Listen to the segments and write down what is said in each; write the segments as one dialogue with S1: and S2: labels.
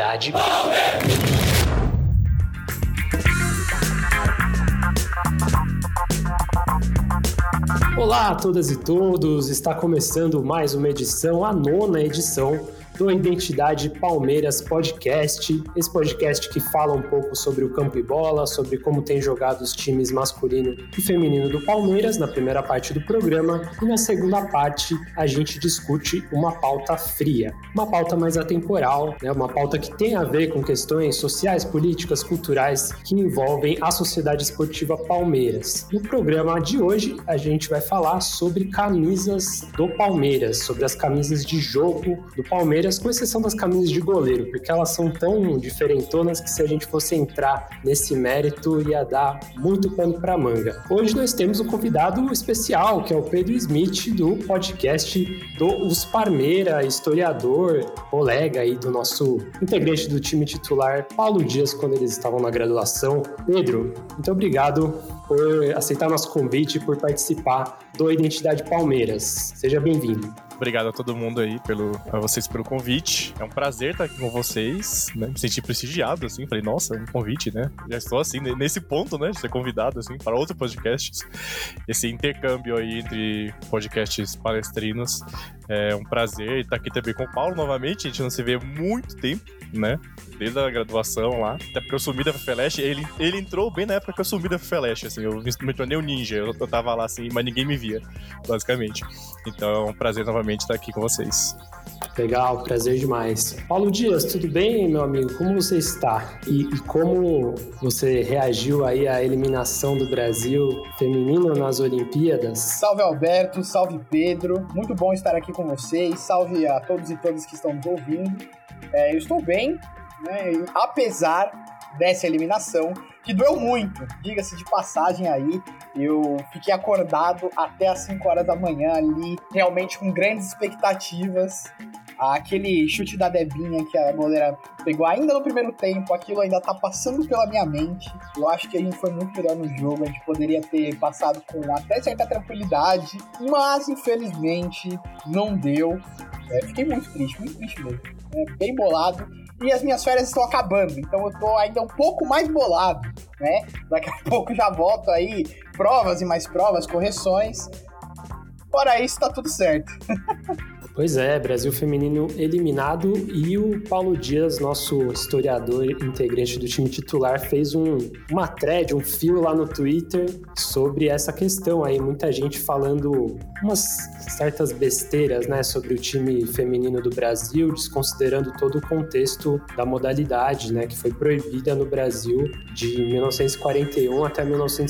S1: Identidade. Olá a todas e todos, está começando mais uma edição, a 9ª edição do Identidade Palmeiras Podcast, esse podcast que fala um pouco sobre o campo e bola, sobre como tem jogado os times masculino e feminino do Palmeiras na primeira parte do programa, e na segunda parte a gente discute uma pauta fria, uma pauta mais atemporal, né? Uma pauta que tem a ver com questões sociais, políticas, culturais que envolvem a Sociedade Esportiva Palmeiras. No programa de hoje a gente vai falar sobre camisas do Palmeiras, sobre as camisas de jogo do Palmeiras, com exceção das camisas de goleiro, porque elas são tão diferentonas que se a gente fosse entrar nesse mérito ia dar muito pano para manga. Hoje nós temos um convidado especial, que é o Pedro Smith, do podcast do Os Parmeira, historiador, colega aí do nosso integrante do time titular, Paulo Dias, quando eles estavam na graduação. Pedro, muito obrigado por aceitar nosso convite e por participar do Identidade Palmeiras. Seja bem-vindo.
S2: Obrigado a todo mundo aí, a vocês pelo convite. É um prazer estar aqui com vocês, né? Me senti prestigiado, assim. Falei, nossa, um convite, né? Já estou, assim, nesse ponto, né? De ser convidado, assim, para outros podcasts. Esse intercâmbio aí entre podcasts palestrinos. É um prazer estar aqui também com o Paulo novamente. A gente não se vê há muito tempo, né? Desde a graduação lá. Até porque eu sumi da FFLeste. Ele entrou bem na época que eu sumi da FFLeste, assim. Eu me tornei um ninja. Eu tava lá, assim, mas ninguém me via, basicamente. Então é um prazer novamente estar aqui com vocês.
S1: Legal, prazer demais. Paulo Dias, tudo bem, meu amigo? Como você está? E como você reagiu aí à eliminação do Brasil feminino nas Olimpíadas?
S3: Salve Alberto, salve Pedro. Muito bom estar aqui com vocês. Salve a todos e todas que estão nos ouvindo. Eu estou bem, né? Apesar dessa eliminação, que doeu muito, diga-se de passagem aí, eu fiquei acordado até as 5 horas da manhã ali, realmente com grandes expectativas. Aquele chute da Debinha que a goleira pegou ainda no primeiro tempo, aquilo ainda tá passando pela minha mente. Eu acho que a gente foi muito melhor no jogo, a gente poderia ter passado com até certa tranquilidade, mas infelizmente não deu. Fiquei muito triste mesmo, bem bolado. E as minhas férias estão acabando, então eu tô ainda um pouco mais bolado, né? Daqui a pouco já volto aí, provas e mais provas, correções. Fora isso, tá tudo certo.
S1: Pois é, Brasil feminino eliminado, e o Paulo Dias, nosso historiador integrante do time titular, fez uma thread, um fio lá no Twitter sobre essa questão aí, muita gente falando umas certas besteiras, né, sobre o time feminino do Brasil, desconsiderando todo o contexto da modalidade, né, que foi proibida no Brasil de 1941 até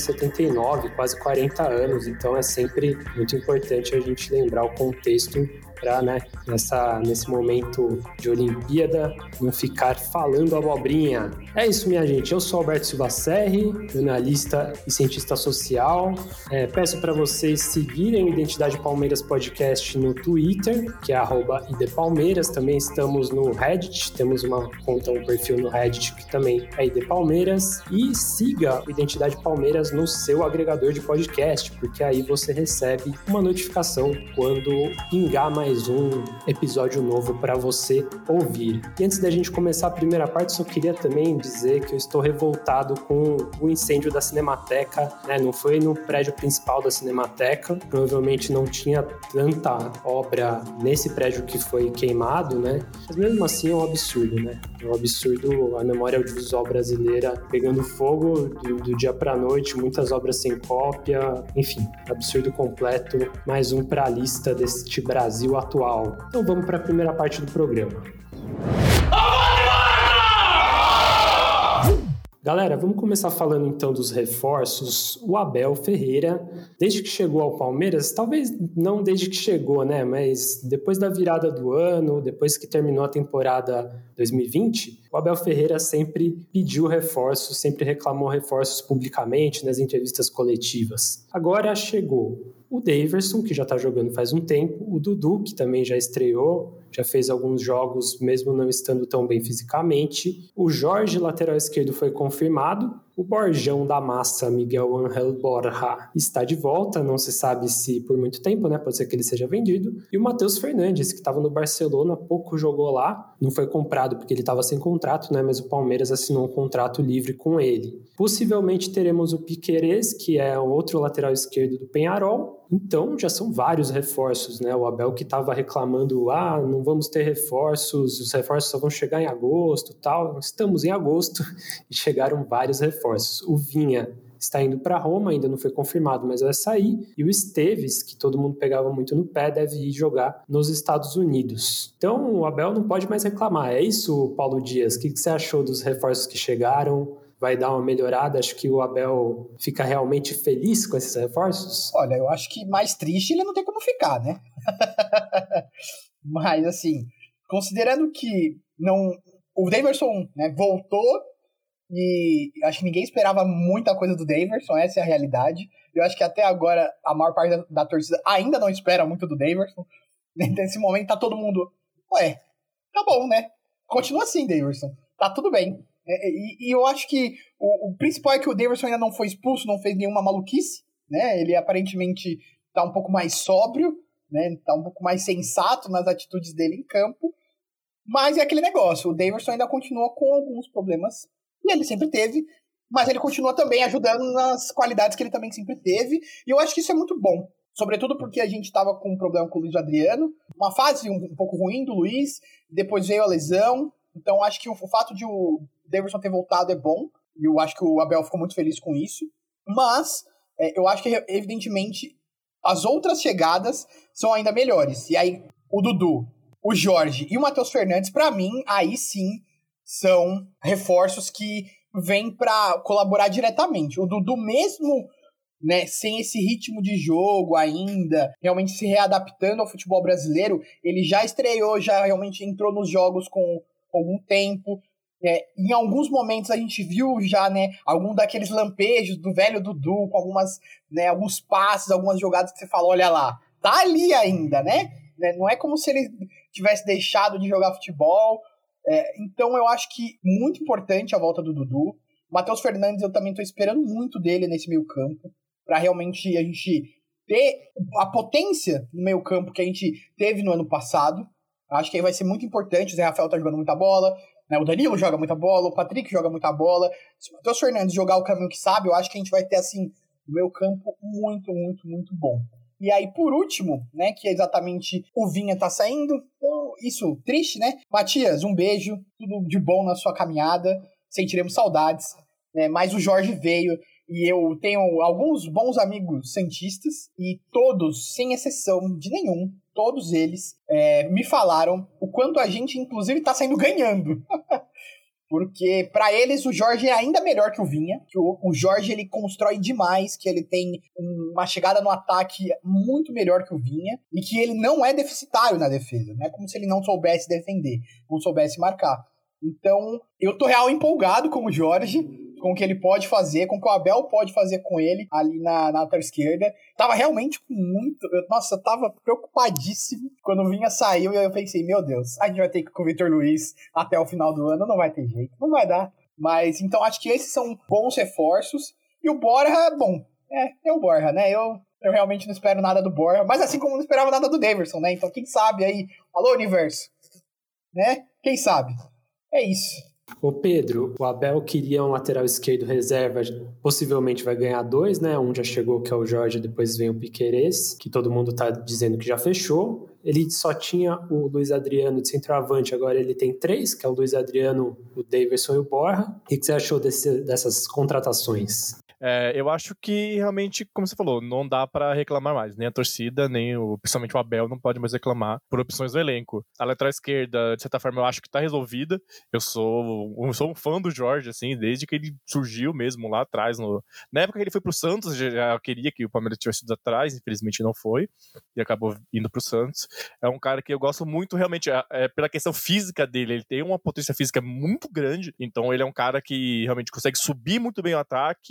S1: 1979, quase 40 anos, então é sempre muito importante a gente lembrar o contexto para, né, nesse momento de Olimpíada, não ficar falando abobrinha. É isso, minha gente. Eu sou Alberto Silva Serri, jornalista e cientista social. Peço para vocês seguirem o Identidade Palmeiras Podcast no Twitter, que é @idpalmeiras. Também estamos no Reddit, temos uma conta, um perfil no Reddit que também é idpalmeiras. E siga o Identidade Palmeiras no seu agregador de podcast, porque aí você recebe uma notificação quando pingar mais um episódio novo para você ouvir. E antes da gente começar a primeira parte, só queria também dizer que eu estou revoltado com o incêndio da Cinemateca, né? Não foi no prédio principal da Cinemateca, provavelmente não tinha tanta obra nesse prédio que foi queimado, né? Mas mesmo assim é um absurdo, né? É um absurdo a memória audiovisual brasileira pegando fogo do dia para noite, muitas obras sem cópia, enfim, absurdo completo. Mais um para a lista deste Brasil atual. Então vamos para a primeira parte do programa. Galera, vamos começar falando então dos reforços. O Abel Ferreira, desde que chegou ao Palmeiras, talvez não desde que chegou, né? Mas depois da virada do ano, depois que terminou a temporada 2020, o Abel Ferreira sempre pediu reforços, sempre reclamou reforços publicamente nas entrevistas coletivas. Agora chegou o Daverson, que já está jogando faz um tempo, o Dudu, que também já estreou, já fez alguns jogos mesmo não estando tão bem fisicamente. O Jorge, lateral esquerdo, foi confirmado, O Borjão da massa, Miguel Ángel Borja, está de volta, não se sabe se por muito tempo, né? Pode ser que ele seja vendido. E o Matheus Fernandes, que estava no Barcelona, pouco jogou lá, não foi comprado porque ele estava sem contrato, né? Mas o Palmeiras assinou um contrato livre com ele. Possivelmente teremos o Piquerez, que é o outro lateral esquerdo do Peñarol. Então, já são vários reforços, né? O Abel que estava reclamando, não vamos ter reforços, os reforços só vão chegar em agosto e tal. Estamos em agosto e chegaram vários reforços. O Vinha está indo para Roma, ainda não foi confirmado, mas vai sair. E o Esteves, que todo mundo pegava muito no pé, deve ir jogar nos Estados Unidos. Então, o Abel não pode mais reclamar. É isso, Paulo Dias? O que você achou dos reforços que chegaram? Vai dar uma melhorada? Acho que o Abel fica realmente feliz com esses reforços?
S3: Olha, eu acho que mais triste ele não tem como ficar, né? Mas, assim, considerando que o Daverson, né, voltou e acho que ninguém esperava muita coisa do Daverson, essa é a realidade. Eu acho que até agora a maior parte da torcida ainda não espera muito do Daverson. Nesse momento tá todo mundo, tá bom, né? Continua assim, Daverson, tá tudo bem. E eu acho que o principal é que o Daverson ainda não foi expulso, não fez nenhuma maluquice, né? Ele aparentemente tá um pouco mais sóbrio, né? Tá um pouco mais sensato nas atitudes dele em campo. Mas é aquele negócio, o Daverson ainda continua com alguns problemas, e ele sempre teve, mas ele continua também ajudando nas qualidades que ele também sempre teve, e eu acho que isso é muito bom. Sobretudo porque a gente estava com um problema com o Luiz Adriano, uma fase um pouco ruim do Luiz, depois veio a lesão, então acho que o fato de o Daverson ter voltado é bom, e eu acho que o Abel ficou muito feliz com isso, mas eu acho que, evidentemente, as outras chegadas são ainda melhores. E aí, o Dudu, o Jorge e o Matheus Fernandes, pra mim, aí sim, são reforços que vêm pra colaborar diretamente. O Dudu mesmo, né, sem esse ritmo de jogo ainda, realmente se readaptando ao futebol brasileiro, ele já estreou, já realmente entrou nos jogos com algum tempo. Em alguns momentos a gente viu já, né, algum daqueles lampejos do velho Dudu, com alguns passes, algumas jogadas que você fala, olha lá, tá ali ainda, né? Não é como se ele tivesse deixado de jogar futebol. Então eu acho que muito importante a volta do Dudu. Matheus Fernandes, eu também tô esperando muito dele nesse meio campo, para realmente a gente ter a potência no meio campo que a gente teve no ano passado. Acho que aí vai ser muito importante. O Zé Rafael tá jogando muita bola, né? O Danilo joga muita bola, o Patrick joga muita bola. Se o Matheus Fernandes jogar o caminho que sabe, eu acho que a gente vai ter, assim, um meio campo muito, muito, muito bom. E aí, por último, né, que é exatamente o Vinha tá saindo, então, isso, triste, né? Matias, um beijo, tudo de bom na sua caminhada, sentiremos saudades, né? Mas o Jorge veio, e eu tenho alguns bons amigos santistas, e todos, sem exceção de nenhum, todos eles me falaram o quanto a gente, inclusive, tá saindo ganhando. Porque, para eles, o Jorge é ainda melhor que o Vinha. Que o Jorge, ele constrói demais, que ele tem uma chegada no ataque muito melhor que o Vinha, e que ele não é deficitário na defesa. Não é como se ele não soubesse defender, não soubesse marcar. Então, eu tô real empolgado com o Jorge, com o que ele pode fazer, com o que o Abel pode fazer com ele ali na lateral esquerda. Tava realmente com muito... Nossa, eu tava preocupadíssimo quando o Vinha saiu, e eu pensei, meu Deus, a gente vai ter que ir com o Vitor Luiz até o final do ano, não vai ter jeito, não vai dar. Mas, então, acho que esses são bons reforços. E o Borja, bom, é o Borja, né? Eu realmente não espero nada do Borja, mas assim como não esperava nada do Daverson, né? Então, quem sabe aí, alô, universo, né? Quem sabe? É isso.
S1: Ô Pedro, o Abel queria um lateral esquerdo reserva, possivelmente vai ganhar 2, né? Um já chegou, que é o Jorge, depois vem o Piquerez, que todo mundo tá dizendo que já fechou. Ele só tinha o Luiz Adriano de centroavante, agora ele tem 3, que é o Luiz Adriano, o Daverson e o Borja. O que você achou dessas contratações?
S2: Eu acho que realmente, como você falou, não dá pra reclamar mais. Nem a torcida, principalmente o Abel, não pode mais reclamar por opções do elenco. A lateral esquerda, de certa forma, eu acho que tá resolvida. Eu sou um fã do Jorge, assim, desde que ele surgiu mesmo lá atrás. Na época que ele foi pro Santos, já queria que o Palmeiras tivesse ido atrás, infelizmente não foi, e acabou indo pro Santos. É um cara que eu gosto muito, realmente, pela questão física dele. Ele tem uma potência física muito grande, então ele é um cara que realmente consegue subir muito bem o ataque e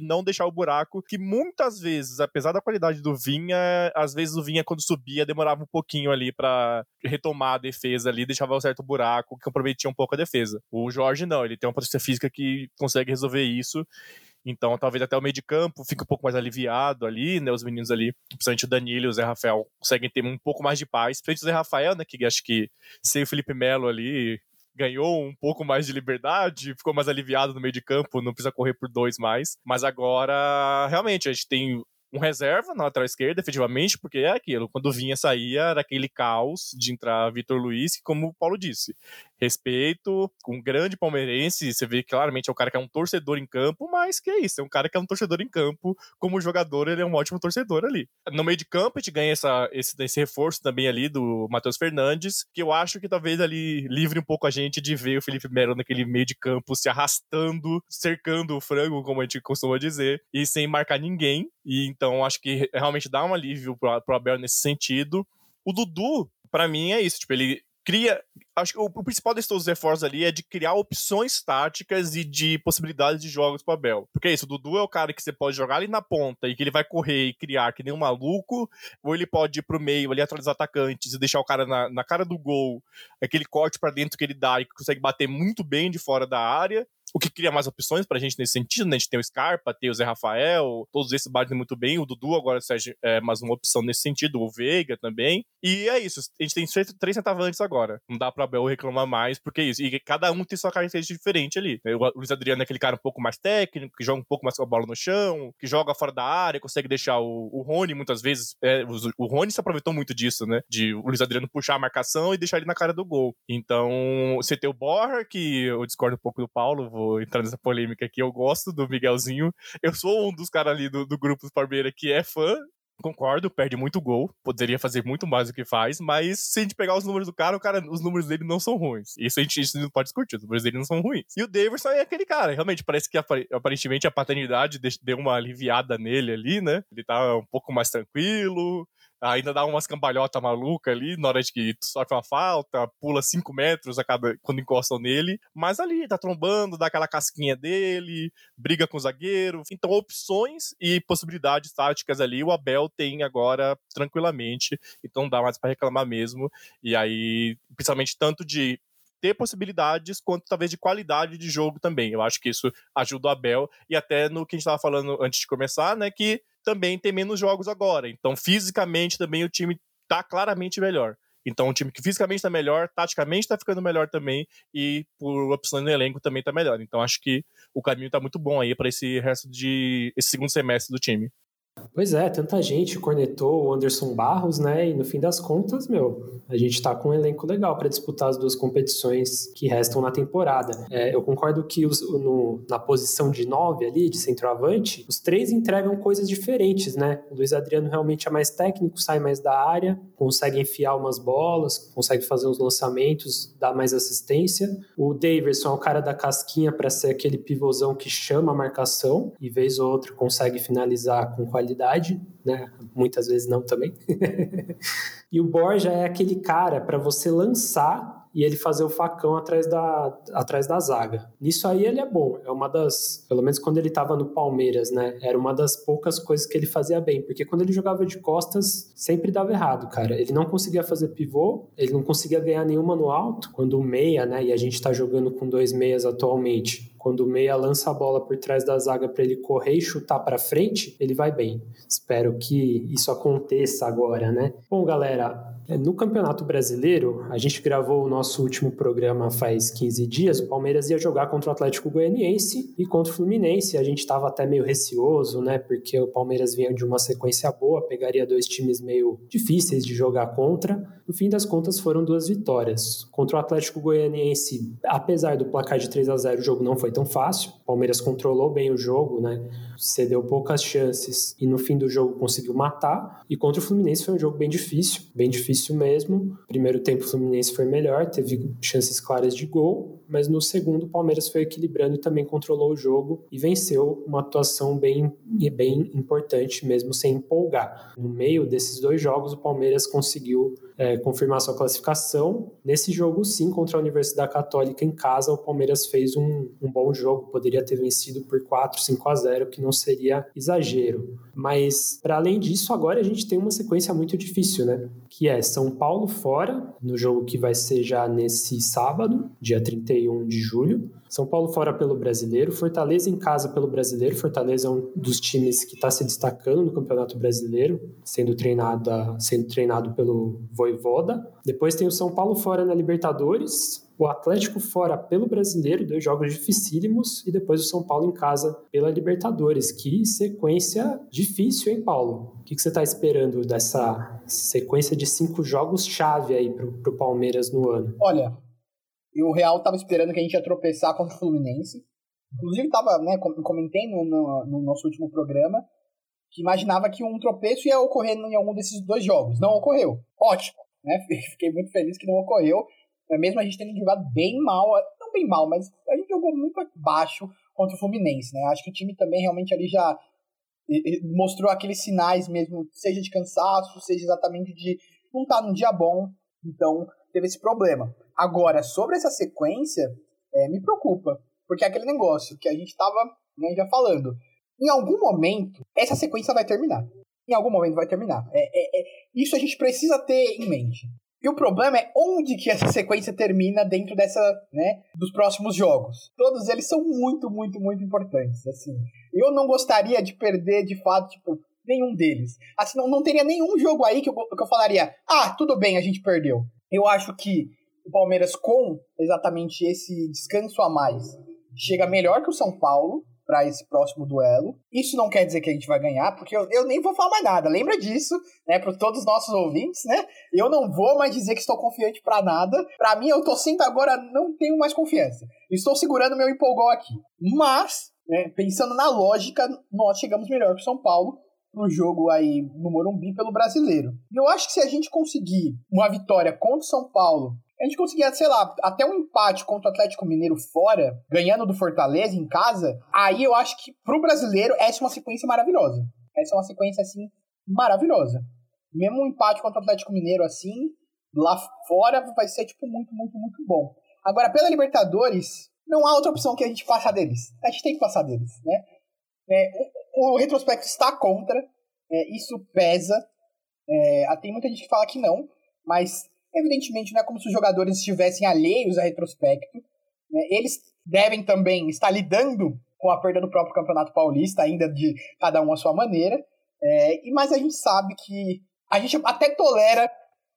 S2: não deixar o buraco, que muitas vezes, apesar da qualidade do Vinha, às vezes o Vinha, quando subia, demorava um pouquinho ali pra retomar a defesa ali, deixava um certo buraco, que comprometia um pouco a defesa. O Jorge não, ele tem uma potência física que consegue resolver isso. Então, talvez até o meio de campo fique um pouco mais aliviado ali, né? Os meninos ali, principalmente o Danilo e o Zé Rafael, conseguem ter um pouco mais de paz. Principalmente o Zé Rafael, né? Que acho que sem o Felipe Melo ali, ganhou um pouco mais de liberdade, ficou mais aliviado no meio de campo, não precisa correr por 2 mais. Mas agora, realmente, a gente tem um reserva na lateral esquerda, efetivamente, porque é aquilo, quando vinha saía, era aquele caos de entrar Vitor Luiz, que, como o Paulo disse, respeito, um grande palmeirense, você vê claramente é um cara que é um torcedor em campo, mas que é isso, é um cara que é um torcedor em campo, como jogador ele é um ótimo torcedor ali. No meio de campo a gente ganha esse reforço também ali do Matheus Fernandes, que eu acho que talvez ali livre um pouco a gente de ver o Felipe Melo naquele meio de campo se arrastando, cercando o frango, como a gente costuma dizer, e sem marcar ninguém, e então acho que realmente dá um alívio pro Abel nesse sentido. O Dudu, pra mim, é isso, tipo, ele cria... Acho que o principal desses todos os reforços ali é de criar opções táticas e de possibilidades de jogos pro Abel. Porque é isso, o Dudu é o cara que você pode jogar ali na ponta e que ele vai correr e criar que nem um maluco, ou ele pode ir pro meio ali atrás dos atacantes e deixar o cara na cara do gol, aquele corte pra dentro que ele dá e que consegue bater muito bem de fora da área, o que cria mais opções pra gente nesse sentido, né? A gente tem o Scarpa, tem o Zé Rafael, todos esses batem muito bem, o Dudu agora é mais uma opção nesse sentido, o Veiga também, e é isso, a gente tem 3 centavantes agora, não dá pro Abel reclamar mais, porque é isso, e cada um tem sua característica diferente ali. O Luiz Adriano é aquele cara um pouco mais técnico, que joga um pouco mais com a bola no chão, que joga fora da área, consegue deixar o Rony muitas vezes, o Rony se aproveitou muito disso, né? De o Luiz Adriano puxar a marcação e deixar ele na cara do gol. Então, você tem o Borja, que eu discordo um pouco do Paulo, vou entrar nessa polêmica aqui, eu gosto do Miguelzinho, eu sou um dos caras ali do grupo do Palmeiras que é fã. Concordo, perde muito gol, poderia fazer muito mais do que faz, mas se a gente pegar os números do cara, os números dele não são ruins. Isso a gente não pode discutir, os números dele não são ruins. E o Daverson é aquele cara, realmente parece que aparentemente a paternidade deu uma aliviada nele ali, né? Ele tá um pouco mais tranquilo, ainda dá umas cambalhotas malucas ali, na hora de que sofre uma falta, pula 5 metros quando encostam nele, mas ali, tá trombando, dá aquela casquinha dele, briga com o zagueiro, então opções e possibilidades táticas ali, o Abel tem agora tranquilamente, então não dá mais pra reclamar mesmo, e aí, principalmente tanto de ter possibilidades, quanto talvez de qualidade de jogo também, eu acho que isso ajuda o Abel, e até no que a gente tava falando antes de começar, né, que também tem menos jogos agora. Então, fisicamente, também o time tá claramente melhor. Então, um time que fisicamente tá melhor, taticamente tá ficando melhor também, e por opção no elenco também tá melhor. Então, acho que o caminho tá muito bom aí para esse segundo semestre do time.
S1: Pois é, tanta gente cornetou o Anderson Barros, né? E no fim das contas, a gente tá com um elenco legal para disputar as 2 competições que restam na temporada. Eu concordo que na posição de 9 ali, de centroavante, os 3 entregam coisas diferentes, né? O Luiz Adriano realmente é mais técnico, sai mais da área, consegue enfiar umas bolas, consegue fazer uns lançamentos, dá mais assistência. O Daverson é o cara da casquinha para ser aquele pivôzão que chama a marcação e vez ou outra consegue finalizar com qualidade, né? Muitas vezes não também. E o Borja é aquele cara para você lançar e ele fazer o facão atrás da zaga. Nisso aí ele é bom, é uma das, pelo menos quando ele estava no Palmeiras, né, era uma das poucas coisas que ele fazia bem, porque quando ele jogava de costas, sempre dava errado, cara. Ele não conseguia fazer pivô, ele não conseguia ganhar nenhuma no alto, quando o meia, né, e a gente tá jogando com 2 meias atualmente, quando o meia lança a bola por trás da zaga para ele correr e chutar para frente, ele vai bem. Espero que isso aconteça agora, né? Bom, galera, no Campeonato Brasileiro, a gente gravou o nosso último programa faz 15 dias, o Palmeiras ia jogar contra o Atlético Goianiense e contra o Fluminense, a gente estava até meio receoso, né, porque o Palmeiras vinha de uma sequência boa, pegaria 2 times meio difíceis de jogar contra. No fim das contas, foram 2 vitórias. Contra o Atlético Goianiense, apesar do placar de 3-0, o jogo não foi tão fácil, o Palmeiras controlou bem o jogo, né, cedeu poucas chances e no fim do jogo conseguiu matar, e contra o Fluminense foi um jogo bem difícil mesmo. Primeiro tempo o Fluminense foi melhor, teve chances claras de gol, mas no segundo o Palmeiras foi equilibrando e também controlou o jogo e venceu, uma atuação bem importante mesmo sem empolgar. No meio desses 2 jogos o Palmeiras conseguiu confirmar sua classificação. Nesse jogo sim, contra a Universidade Católica em casa, o Palmeiras fez um bom jogo, poderia ter vencido por 4-5-0, que não seria exagero. Mas para além disso, agora a gente tem uma sequência muito difícil, né? Que é São Paulo fora, no jogo que vai ser já nesse sábado, dia 31 de julho. São Paulo fora pelo Brasileiro, Fortaleza em casa pelo Brasileiro. Fortaleza é um dos times que está se destacando no Campeonato Brasileiro, sendo treinado pelo Vojvoda. Depois tem o São Paulo fora na Libertadores, o Atlético fora pelo Brasileiro, 2 jogos dificílimos, e depois o São Paulo em casa pela Libertadores. Que sequência difícil, hein, Paulo? O que você está esperando dessa sequência de 5 jogos-chave aí pro Palmeiras no ano?
S3: Olha, eu real tava esperando que a gente ia tropeçar contra o Fluminense. Inclusive tava, né, comentei no nosso último programa que imaginava que um tropeço ia ocorrer em algum desses 2 jogos. Não ocorreu. Ótimo, né? Fiquei muito feliz que não ocorreu. Mesmo a gente tendo jogado bem mal, não bem mal, mas a gente jogou muito abaixo contra o Fluminense, né? Acho que o time também realmente ali já mostrou aqueles sinais mesmo, seja de cansaço, seja exatamente de não estar num dia bom. Então, teve esse problema. Agora, sobre essa sequência, me preocupa, porque é aquele negócio que a gente estava, né, já falando. Em algum momento, essa sequência vai terminar. Em algum momento vai terminar. Isso a gente precisa ter em mente. E o problema é onde que essa sequência termina dentro dessa, né, dos próximos jogos. Todos eles são muito, muito, muito importantes, assim. Eu não gostaria de perder, de fato, tipo, nenhum deles. Assim, não teria nenhum jogo aí que eu falaria, tudo bem, a gente perdeu. Eu acho que o Palmeiras, com exatamente esse descanso a mais, chega melhor que o São Paulo para esse próximo duelo. Isso não quer dizer que a gente vai ganhar, porque eu nem vou falar mais nada. Lembra disso, né, para todos os nossos ouvintes, né? Eu não vou mais dizer que estou confiante para nada. Para mim, eu tô sendo agora, não tenho mais confiança. Estou segurando meu empolgol aqui. Mas, né, pensando na lógica, nós chegamos melhor que o São Paulo no jogo aí no Morumbi pelo Brasileiro. E eu acho que se a gente conseguir uma vitória contra o São Paulo, a gente conseguia, sei lá, até um empate contra o Atlético Mineiro fora, ganhando do Fortaleza em casa, aí eu acho que pro brasileiro essa é uma sequência maravilhosa. Essa é uma sequência, assim, maravilhosa. Mesmo um empate contra o Atlético Mineiro, assim, lá fora vai ser, tipo, muito, muito, muito bom. Agora, pela Libertadores, não há outra opção que a gente passar deles. A gente tem que passar deles, né? O retrospecto está contra, isso pesa. Tem muita gente que fala que não, mas evidentemente não é como se os jogadores estivessem alheios a retrospecto. Eles devem também estar lidando com a perda do próprio Campeonato Paulista, ainda de cada um à sua maneira. Mas a gente sabe que a gente até tolera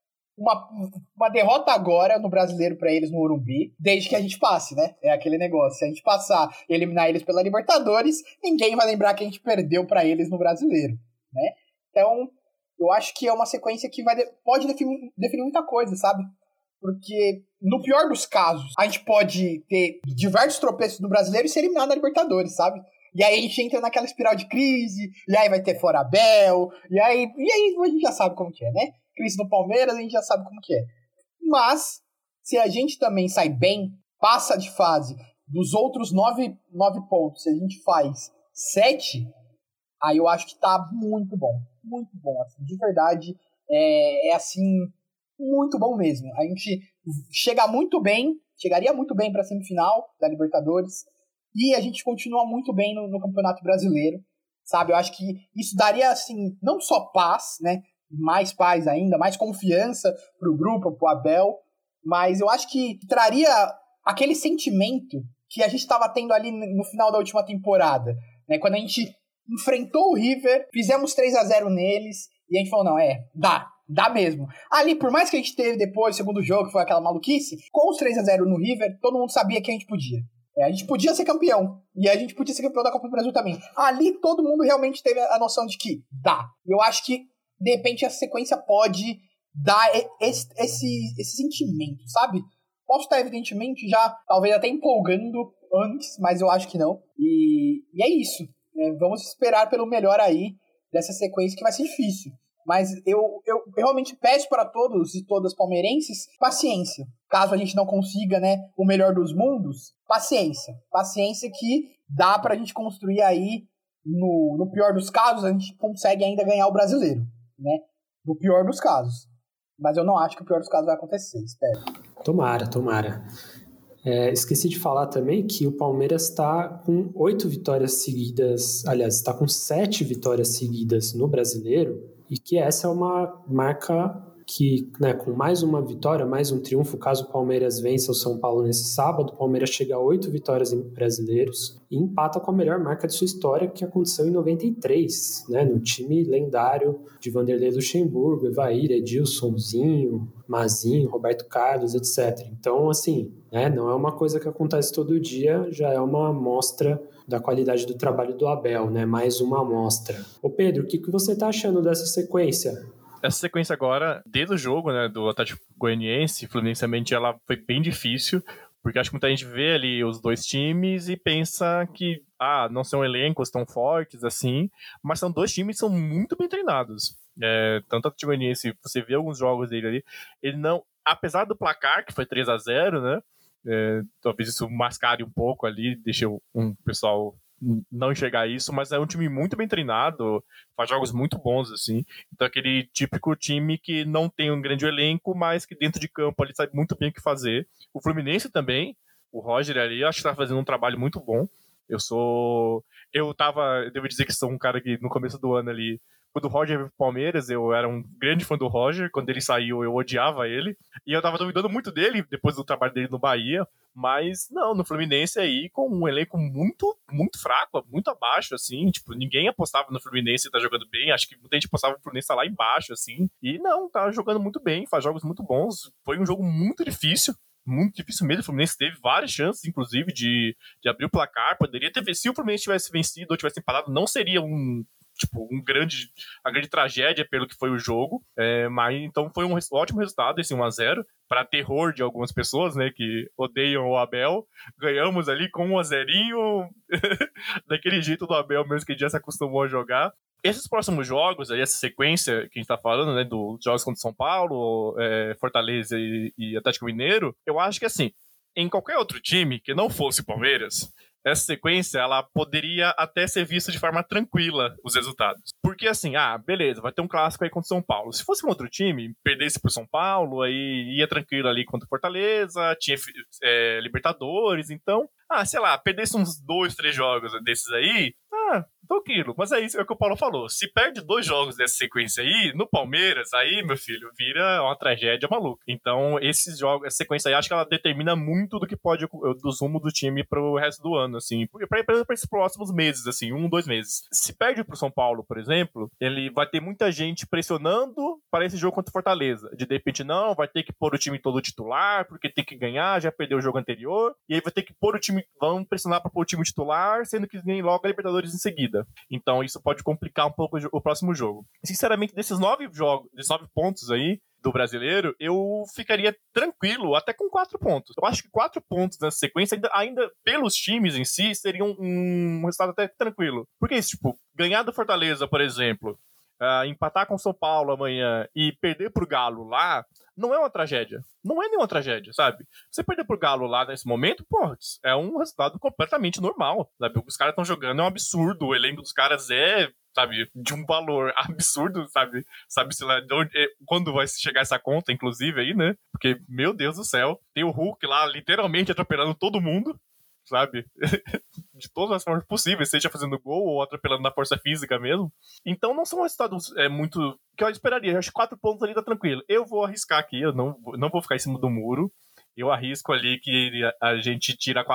S3: uma derrota agora no Brasileiro para eles no Morumbi, desde que a gente passe, né? É aquele negócio. Se a gente passar e eliminar eles pela Libertadores, ninguém vai lembrar que a gente perdeu para eles no Brasileiro, né? Então, eu acho que é uma sequência que pode definir muita coisa, sabe? Porque, no pior dos casos, a gente pode ter diversos tropeços do Brasileiro e ser eliminado na Libertadores, sabe? E aí a gente entra naquela espiral de crise, e aí vai ter fora Abel, e aí a gente já sabe como que é, né? Crise no Palmeiras, a gente já sabe como que é. Mas, se a gente também sai bem, passa de fase dos outros 9 pontos, se a gente faz 7, aí eu acho que tá muito bom, assim, de verdade, assim, muito bom mesmo. A gente chegaria muito bem pra semifinal da Libertadores, e a gente continua muito bem no Campeonato Brasileiro, sabe? Eu acho que isso daria, assim, não só paz, né? Mais paz ainda, mais confiança pro grupo, pro Abel, mas eu acho que traria aquele sentimento que a gente estava tendo ali no final da última temporada, né? Quando a gente enfrentou o River, fizemos 3-0 neles, e a gente falou, não, dá mesmo. Ali, por mais que a gente teve depois, o segundo jogo, que foi aquela maluquice, com os 3-0 no River, todo mundo sabia que a gente podia. A gente podia ser campeão, e a gente podia ser campeão da Copa do Brasil também. Ali, todo mundo realmente teve a noção de que dá. Eu acho que de repente essa sequência pode dar esse sentimento, sabe? Posso estar evidentemente já, talvez até empolgando antes, mas eu acho que não. E é isso, né? Vamos esperar pelo melhor aí dessa sequência que vai ser difícil. Mas eu realmente peço para todos e todas palmeirenses paciência. Caso a gente não consiga, né, o melhor dos mundos, paciência. Paciência que dá pra gente construir aí, no pior dos casos, a gente consegue ainda ganhar o brasileiro, né? No pior dos casos. Mas eu não acho que o pior dos casos vai acontecer, espero.
S1: Tomara. Esqueci de falar também que o Palmeiras está com 8 vitórias seguidas, aliás, está com 7 vitórias seguidas no Brasileiro, e que essa é uma marca que, né, com mais uma vitória, mais um triunfo, caso o Palmeiras vença o São Paulo nesse sábado, o Palmeiras chega a 8 vitórias em brasileiros e empata com a melhor marca de sua história, que aconteceu em 93, né, no time lendário de Vanderlei Luxemburgo, Evair, Edilson, Zinho, Mazinho, Roberto Carlos, etc. Então, assim, né, não é uma coisa que acontece todo dia, já é uma amostra da qualidade do trabalho do Abel, né? Mais uma amostra. Ô Pedro, o que você tá achando dessa sequência?
S2: Essa sequência agora, desde o jogo, né, do Atlético Goianiense, Fluminense, ela foi bem difícil, porque acho que muita gente vê ali os dois times e pensa que, não são elencos tão fortes assim, mas são dois times que são muito bem treinados. Tanto o Atlético Goianiense, você vê alguns jogos dele ali, ele não, apesar do placar, que foi 3-0, né, talvez isso mascare um pouco ali, deixe um pessoal não enxergar isso, mas é um time muito bem treinado, faz jogos muito bons, assim. Então, aquele típico time que não tem um grande elenco, mas que dentro de campo ele sabe muito bem o que fazer. O Fluminense também, o Roger ali, acho que tá fazendo um trabalho muito bom. Eu devo dizer que sou um cara que no começo do ano ali, quando o Roger veio pro Palmeiras, eu era um grande fã do Roger. Quando ele saiu, eu odiava ele. E eu tava duvidando muito dele depois do trabalho dele no Bahia. Mas não, no Fluminense aí, com um elenco muito, muito fraco, muito abaixo, assim. Tipo, ninguém apostava no Fluminense tá jogando bem. Acho que muita gente apostava no Fluminense tá lá embaixo, assim. E não, tá jogando muito bem, faz jogos muito bons. Foi um jogo muito difícil mesmo. O Fluminense teve várias chances, inclusive, de abrir o placar. Poderia ter vencido. Se o Fluminense tivesse vencido ou tivesse empatado, não seria uma grande tragédia pelo que foi o jogo, mas então foi um ótimo resultado esse 1-0, para terror de algumas pessoas, né, que odeiam o Abel. Ganhamos ali com 1-0 daquele jeito do Abel mesmo que já se acostumou a jogar. Esses próximos jogos, aí, essa sequência que a gente tá falando, né, dos jogos contra São Paulo, Fortaleza e Atlético Mineiro, eu acho que assim, em qualquer outro time que não fosse Palmeiras, essa sequência, ela poderia até ser vista de forma tranquila, os resultados. Porque assim, beleza, vai ter um clássico aí contra o São Paulo. Se fosse um outro time, perdesse pro São Paulo, aí ia tranquilo ali contra o Fortaleza, tinha Libertadores, então, sei lá, perdesse uns 2, 3 jogos desses aí, tranquilo. Mas é isso, é o que o Paulo falou. Se perde 2 jogos dessa sequência aí, no Palmeiras, aí, meu filho, vira uma tragédia maluca. Então, esses jogos, essa sequência aí, acho que ela determina muito do que pode, dos rumos do time pro resto do ano, assim. Pra esses próximos meses, assim, 1, 2 meses. Se perde pro São Paulo, por exemplo, ele vai ter muita gente pressionando para esse jogo contra o Fortaleza. De repente, não, vai ter que pôr o time todo titular, porque tem que ganhar, já perdeu o jogo anterior, e aí vai ter que pôr o time, vão pressionar para pôr o time titular, sendo que nem logo a Libertadores em seguida. Então isso pode complicar um pouco o próximo jogo. Sinceramente, desses 9 pontos aí do brasileiro, eu ficaria tranquilo até com 4 pontos. Eu acho que 4 pontos nessa sequência, ainda pelos times em si, seria um resultado até tranquilo. Porque isso, tipo, ganhar do Fortaleza, por exemplo, empatar com o São Paulo amanhã e perder pro Galo lá, não é uma tragédia. Não é nenhuma tragédia, sabe? Você perder pro Galo lá nesse momento, é um resultado completamente normal, sabe? Os caras estão jogando, é um absurdo. O elenco dos caras sabe, de um valor absurdo, sabe? Sabe-se lá quando vai chegar essa conta, inclusive, aí, né? Porque, meu Deus do céu, tem o Hulk lá literalmente atropelando todo mundo, sabe? De todas as formas possíveis, seja fazendo gol ou atropelando na força física mesmo. Então não são resultados muito que eu esperaria. Eu acho que 4 pontos ali tá tranquilo. Eu vou arriscar aqui, eu não vou ficar em cima do muro. Eu arrisco ali que a gente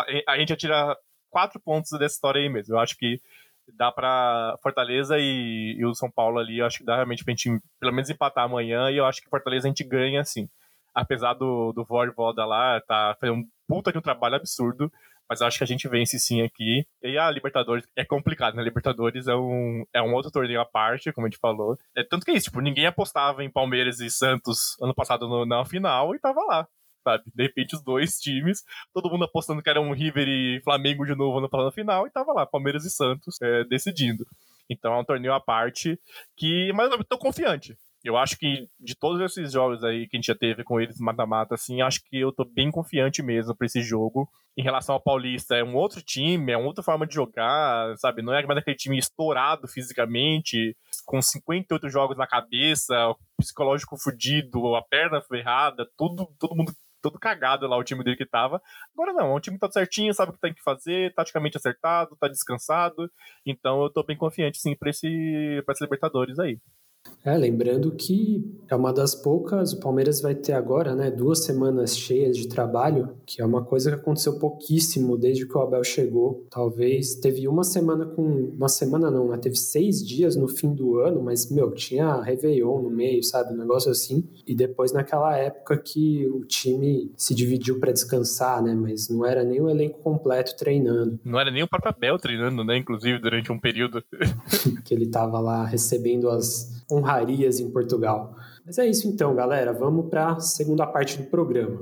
S2: atira 4 pontos dessa história aí mesmo. Eu acho que dá pra Fortaleza e o São Paulo ali, eu acho que dá realmente pra gente pelo menos empatar amanhã, e eu acho que Fortaleza a gente ganha, assim. Apesar do Voivoda lá, tá fazendo um puta de um trabalho absurdo, mas eu acho que a gente vence sim aqui. E a Libertadores é complicado, né? A Libertadores é um outro torneio à parte, como a gente falou. Tanto que é isso, tipo, ninguém apostava em Palmeiras e Santos ano passado na final e tava lá, sabe? De repente os dois times, todo mundo apostando que era um River e Flamengo de novo ano passado na final e tava lá, Palmeiras e Santos decidindo. Então é um torneio à parte mas eu tô confiante. Eu acho que de todos esses jogos aí que a gente já teve com eles mata-mata, assim, acho que eu tô bem confiante mesmo pra esse jogo. Em relação ao Paulista, é um outro time, é uma outra forma de jogar, sabe? Não é mais aquele time estourado fisicamente, com 58 jogos na cabeça, psicológico fudido, a perna ferrada, todo mundo todo cagado lá, o time dele que tava. Agora não, o time tá certinho, sabe o que tem que fazer, taticamente acertado, tá descansado. Então eu tô bem confiante, sim, pra esse Libertadores aí.
S1: Lembrando que é uma das poucas, o Palmeiras vai ter agora, né, 2 semanas cheias de trabalho, que é uma coisa que aconteceu pouquíssimo desde que o Abel chegou. Talvez teve uma semana não, né, teve 6 dias no fim do ano, mas, tinha Réveillon no meio, sabe, um negócio assim. E depois naquela época que o time se dividiu para descansar, né, mas não era nem o elenco completo treinando.
S2: Não era nem o próprio Abel treinando, né, inclusive, durante um período.
S1: Que ele tava lá recebendo as honrarias em Portugal. Mas é isso então, galera. Vamos para a segunda parte do programa.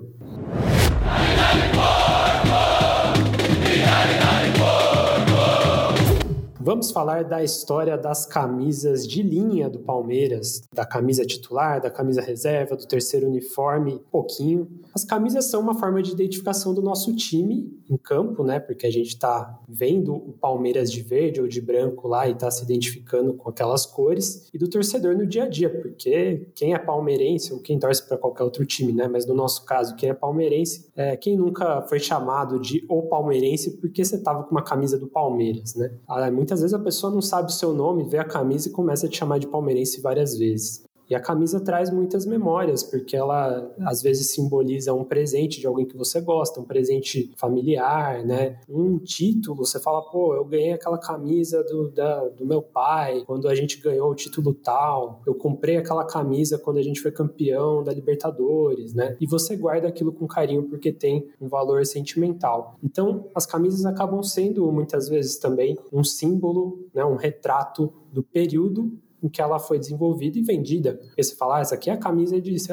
S1: Vamos falar da história das camisas de linha do Palmeiras, da camisa titular, da camisa reserva, do terceiro uniforme, um pouquinho. As camisas são uma forma de identificação do nosso time em campo, né? Porque a gente está vendo o Palmeiras de verde ou de branco lá e está se identificando com aquelas cores, e do torcedor no dia a dia, porque quem é palmeirense ou quem torce para qualquer outro time, né? Mas no nosso caso, quem é palmeirense, quem nunca foi chamado de o palmeirense porque você estava com uma camisa do Palmeiras, né? Muitas vezes a pessoa não sabe o seu nome, vê a camisa e começa a te chamar de palmeirense várias vezes. E a camisa traz muitas memórias, porque ela às vezes simboliza um presente de alguém que você gosta, um presente familiar, né? Um título, você fala, eu ganhei aquela camisa do meu pai, quando a gente ganhou o título tal, eu comprei aquela camisa quando a gente foi campeão da Libertadores, né? E você guarda aquilo com carinho porque tem um valor sentimental. Então, as camisas acabam sendo, muitas vezes também, um símbolo, né? Um retrato do período em que ela foi desenvolvida e vendida. Porque você fala, essa aqui é a camisa de,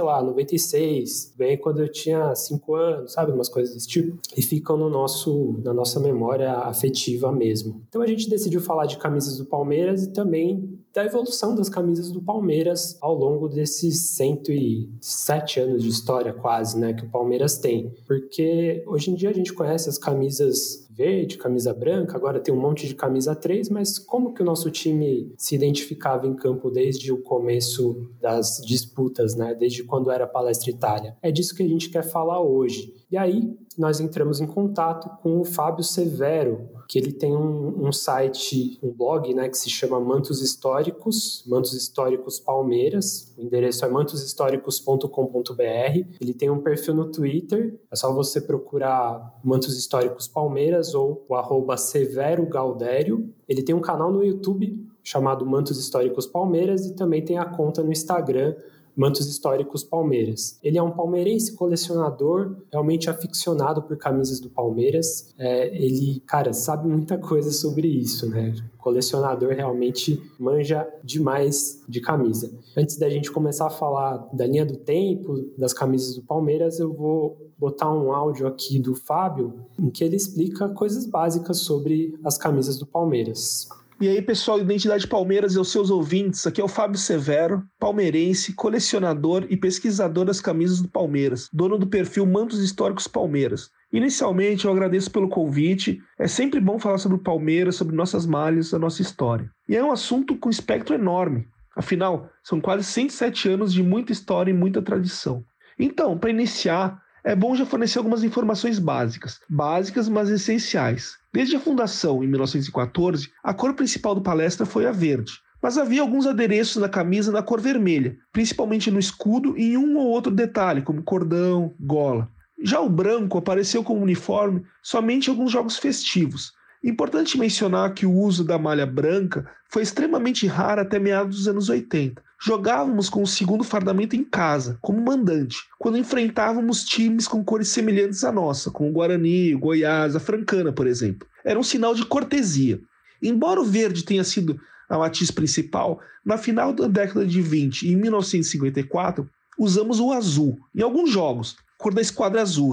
S1: 96, ganhei quando eu tinha 5 anos, sabe? Umas coisas desse tipo. E ficam na nossa memória afetiva mesmo. Então a gente decidiu falar de camisas do Palmeiras e também da evolução das camisas do Palmeiras ao longo desses 107 anos de história quase, né? Que o Palmeiras tem. Porque hoje em dia a gente conhece as camisas verde, camisa branca, agora tem um monte de camisa 3, mas como que o nosso time se identificava em campo desde o começo das disputas, né? Desde quando era Palestra Itália? É disso que a gente quer falar hoje. E aí, nós entramos em contato com o Fábio Severo, que ele tem um site, um blog, né, que se chama Mantos Históricos Palmeiras. O endereço é mantoshistoricos.com.br. Ele tem um perfil no Twitter, é só você procurar Mantos Históricos Palmeiras ou o @SeveroGaldério. Ele tem um canal no YouTube chamado Mantos Históricos Palmeiras e também tem a conta no Instagram, Mantos Históricos Palmeiras. Ele é um palmeirense colecionador, realmente aficionado por camisas do Palmeiras. Ele, sabe muita coisa sobre isso, né? Colecionador realmente manja demais de camisa. Antes da gente começar a falar da linha do tempo, das camisas do Palmeiras, eu vou botar um áudio aqui do Fábio, em que ele explica coisas básicas sobre as camisas do Palmeiras.
S4: E aí, pessoal, Identidade Palmeiras e os seus ouvintes, aqui é o Fábio Severo, palmeirense, colecionador e pesquisador das camisas do Palmeiras, dono do perfil Mantos Históricos Palmeiras. Inicialmente, eu agradeço pelo convite, é sempre bom falar sobre o Palmeiras, sobre nossas malhas, a nossa história. E é um assunto com espectro enorme, afinal, são quase 107 anos de muita história e muita tradição. Então, para iniciar, é bom já fornecer algumas informações básicas, mas essenciais. Desde a fundação, em 1914, a cor principal do Palestra foi a verde, mas havia alguns adereços na camisa na cor vermelha, principalmente no escudo e em um ou outro detalhe, como cordão, gola. Já o branco apareceu como uniforme somente em alguns jogos festivos. Importante mencionar que o uso da malha branca foi extremamente raro até meados dos anos 80. Jogávamos com o segundo fardamento em casa, como mandante, quando enfrentávamos times com cores semelhantes à nossa, como o Guarani, o Goiás, a Francana, por exemplo. Era um sinal de cortesia. Embora o verde tenha sido a matiz principal, na final da década de 20 e em 1954, usamos o azul, em alguns jogos, cor da Esquadra Azurra,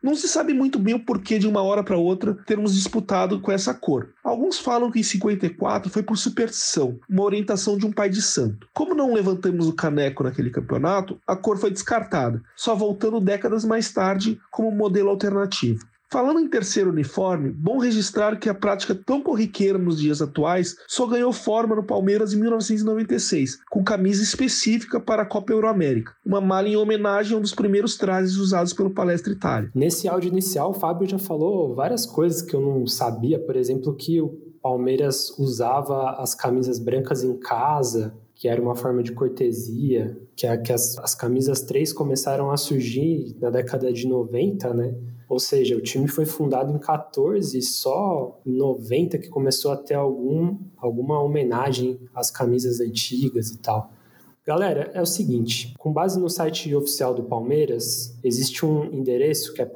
S4: Não se sabe muito bem o porquê de uma hora para outra termos disputado com essa cor. Alguns falam que em 54 foi por superstição, uma orientação de um pai de santo. Como não levantamos o caneco naquele campeonato, a cor foi descartada, só voltando décadas mais tarde como modelo alternativo. Falando em terceiro uniforme, bom registrar que a prática tão corriqueira nos dias atuais só ganhou forma no Palmeiras em 1996, com camisa específica para a Copa Euroamérica, uma malha em homenagem a um dos primeiros trajes usados pelo Palestra Itália.
S1: Nesse áudio inicial, o Fábio já falou várias coisas que eu não sabia, por exemplo, que o Palmeiras usava as camisas brancas em casa, que era uma forma de cortesia, que as camisas 3 começaram a surgir na década de 90, né? Ou seja, o time foi fundado em 14 e só em 90 que começou a ter alguma homenagem às camisas antigas e tal. Galera, é o seguinte, com base no site oficial do Palmeiras, existe um endereço que é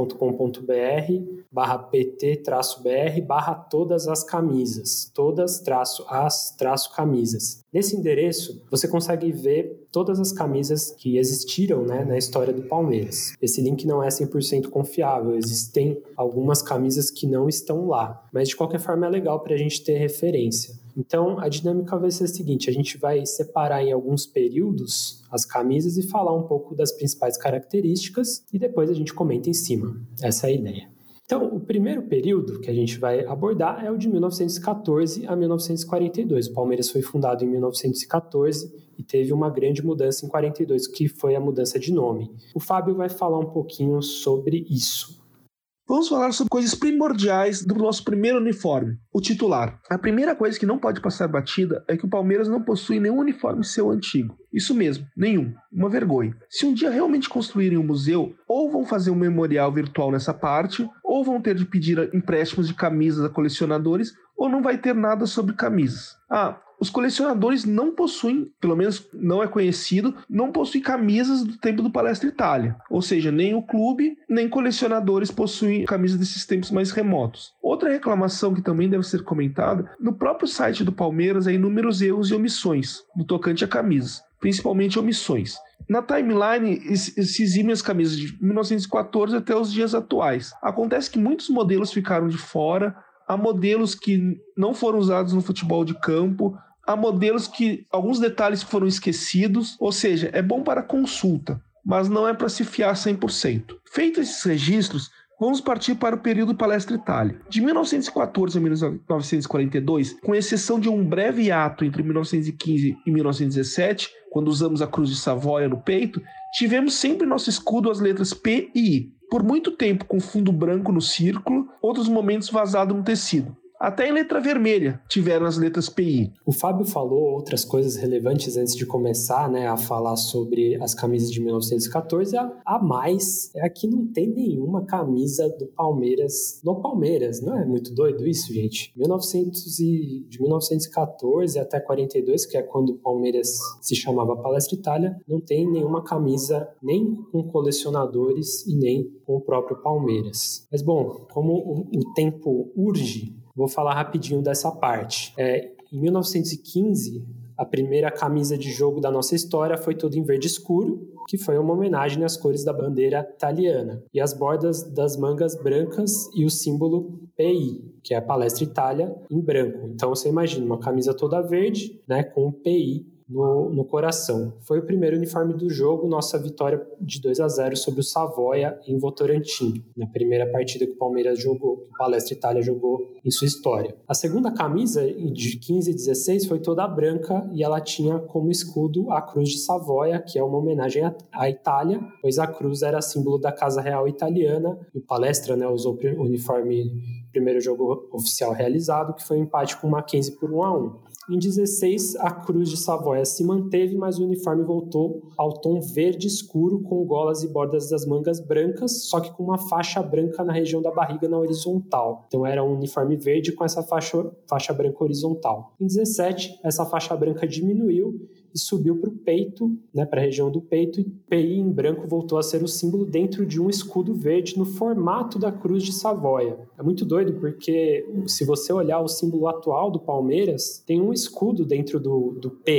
S1: palmeiras.com.br/pt-br/todas as camisas, todas-as-camisas. Nesse endereço, você consegue ver todas as camisas que existiram, né, na história do Palmeiras. Esse link não é 100% confiável, existem algumas camisas que não estão lá, mas de qualquer forma é legal para a gente ter referência. Então, a dinâmica vai ser a seguinte, a gente vai separar em alguns períodos as camisas e falar um pouco das principais características e depois a gente comenta em cima. Essa é a ideia. Então, o primeiro período que a gente vai abordar é o de 1914 a 1942. O Palmeiras foi fundado em 1914 e teve uma grande mudança em 42, que foi a mudança de nome. O Fábio vai falar um pouquinho sobre isso.
S4: Vamos falar sobre coisas primordiais do nosso primeiro uniforme, o titular. A primeira coisa que não pode passar batida é que o Palmeiras não possui nenhum uniforme seu antigo. Isso mesmo, nenhum. Uma vergonha. Se um dia realmente construírem um museu, ou vão fazer um memorial virtual nessa parte, ou vão ter de pedir empréstimos de camisas a colecionadores, ou não vai ter nada sobre camisas. Os colecionadores não possuem, pelo menos não é conhecido, não possuem camisas do tempo do Palestra Itália. Ou seja, nem o clube, nem colecionadores possuem camisas desses tempos mais remotos. Outra reclamação que também deve ser comentada, no próprio site do Palmeiras há inúmeros erros e omissões no tocante a camisas, principalmente omissões. Na timeline se eximem as camisas de 1914 até os dias atuais. Acontece que muitos modelos ficaram de fora, há modelos que não foram usados no futebol de campo, há modelos que alguns detalhes foram esquecidos, ou seja, é bom para consulta, mas não é para se fiar 100%. Feitos esses registros, vamos partir para o período Palestra Itália. De 1914 a 1942, com exceção de um breve ato entre 1915 e 1917, quando usamos a Cruz de Savoia no peito, tivemos sempre nosso escudo as letras P e I. Por muito tempo com fundo branco no círculo, outros momentos vazado no tecido. Até em letra vermelha tiveram as letras PI.
S1: O Fábio falou outras coisas relevantes antes de começar, né, a falar sobre as camisas de 1914. A mais é que não tem nenhuma camisa do Palmeiras no Palmeiras. Não é muito doido isso, gente? De 1914 até 42, que é quando o Palmeiras se chamava Palestra Itália, não tem nenhuma camisa nem com colecionadores e nem com o próprio Palmeiras. Mas bom, como o tempo urge, vou falar rapidinho dessa parte. Em 1915, a primeira camisa de jogo da nossa história foi toda em verde escuro, que foi uma homenagem às cores da bandeira italiana. E as bordas das mangas brancas e o símbolo PI, que é a Palestra Itália, em branco. Então você imagina uma camisa toda verde, né, com o PI no coração. Foi o primeiro uniforme do jogo, nossa vitória de 2-0 sobre o Savoia em Votorantim, na primeira partida que o Palmeiras jogou, que o Palestra Itália jogou em sua história. A segunda camisa, de 15 e 16, foi toda branca e ela tinha como escudo a Cruz de Savoia, que é uma homenagem à Itália, pois a cruz era símbolo da Casa Real Italiana, e o Palestra, né, usou o uniforme primeiro jogo oficial realizado, que foi um empate com o Mackenzie por 1-1. Em 16, a Cruz de Savoia se manteve, mas o uniforme voltou ao tom verde escuro, com golas e bordas das mangas brancas, só que com uma faixa branca na região da barriga na horizontal. Então era um uniforme verde com essa faixa branca horizontal. Em 17, essa faixa branca diminuiu e subiu para o peito, né, para a região do peito, e PI em branco voltou a ser o símbolo dentro de um escudo verde no formato da Cruz de Savoia. É muito doido porque se você olhar o símbolo atual do Palmeiras, tem um escudo dentro do P,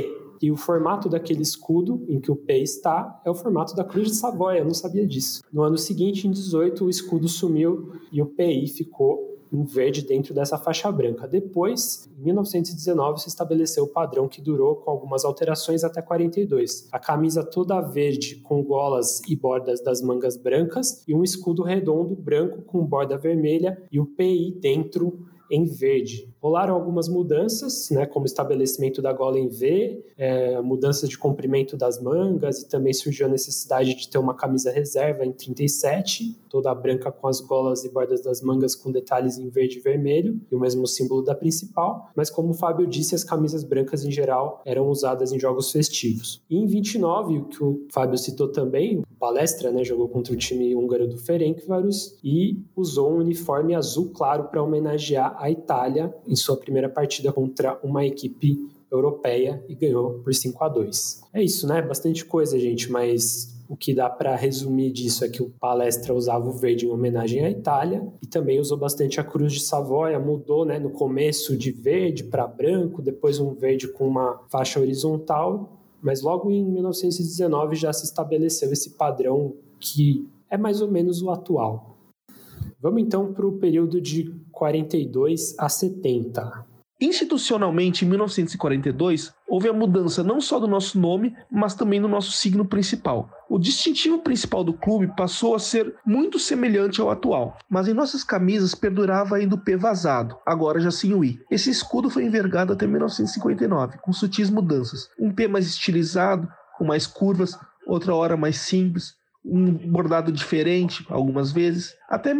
S1: E o formato daquele escudo em que o P está é o formato da Cruz de Savoia, eu não sabia disso. No ano seguinte, em 18, o escudo sumiu e o PI ficou em verde dentro dessa faixa branca. Depois, em 1919, se estabeleceu o padrão que durou com algumas alterações até 42. A camisa toda verde com golas e bordas das mangas brancas e um escudo redondo branco com borda vermelha e o PI dentro em verde. Rolaram algumas mudanças, né, como o estabelecimento da gola em V, mudança de comprimento das mangas, e também surgiu a necessidade de ter uma camisa reserva em 37, toda branca com as golas e bordas das mangas com detalhes em verde e vermelho, e o mesmo símbolo da principal, mas como o Fábio disse, as camisas brancas em geral eram usadas em jogos festivos. E em 29, o que o Fábio citou também, o Palestra, né, jogou contra o time húngaro do Ferencváros e usou um uniforme azul claro para homenagear a Itália em sua primeira partida contra uma equipe europeia e ganhou por 5-2. É isso, né? Bastante coisa, gente, mas o que dá para resumir disso é que o Palestra usava o verde em homenagem à Itália e também usou bastante a Cruz de Savoia, mudou, né, no começo de verde para branco, depois um verde com uma faixa horizontal, mas logo em 1919 já se estabeleceu esse padrão que é mais ou menos o atual. Vamos então para o período de 42 a 70.
S4: Institucionalmente, em 1942, houve a mudança não só do nosso nome, mas também do nosso signo principal. O distintivo principal do clube passou a ser muito semelhante ao atual, mas em nossas camisas perdurava ainda o P vazado, agora já sem o I. Esse escudo foi envergado até 1959, com sutis mudanças. Um P mais estilizado, com mais curvas, outra hora mais simples, um bordado diferente, algumas vezes. Até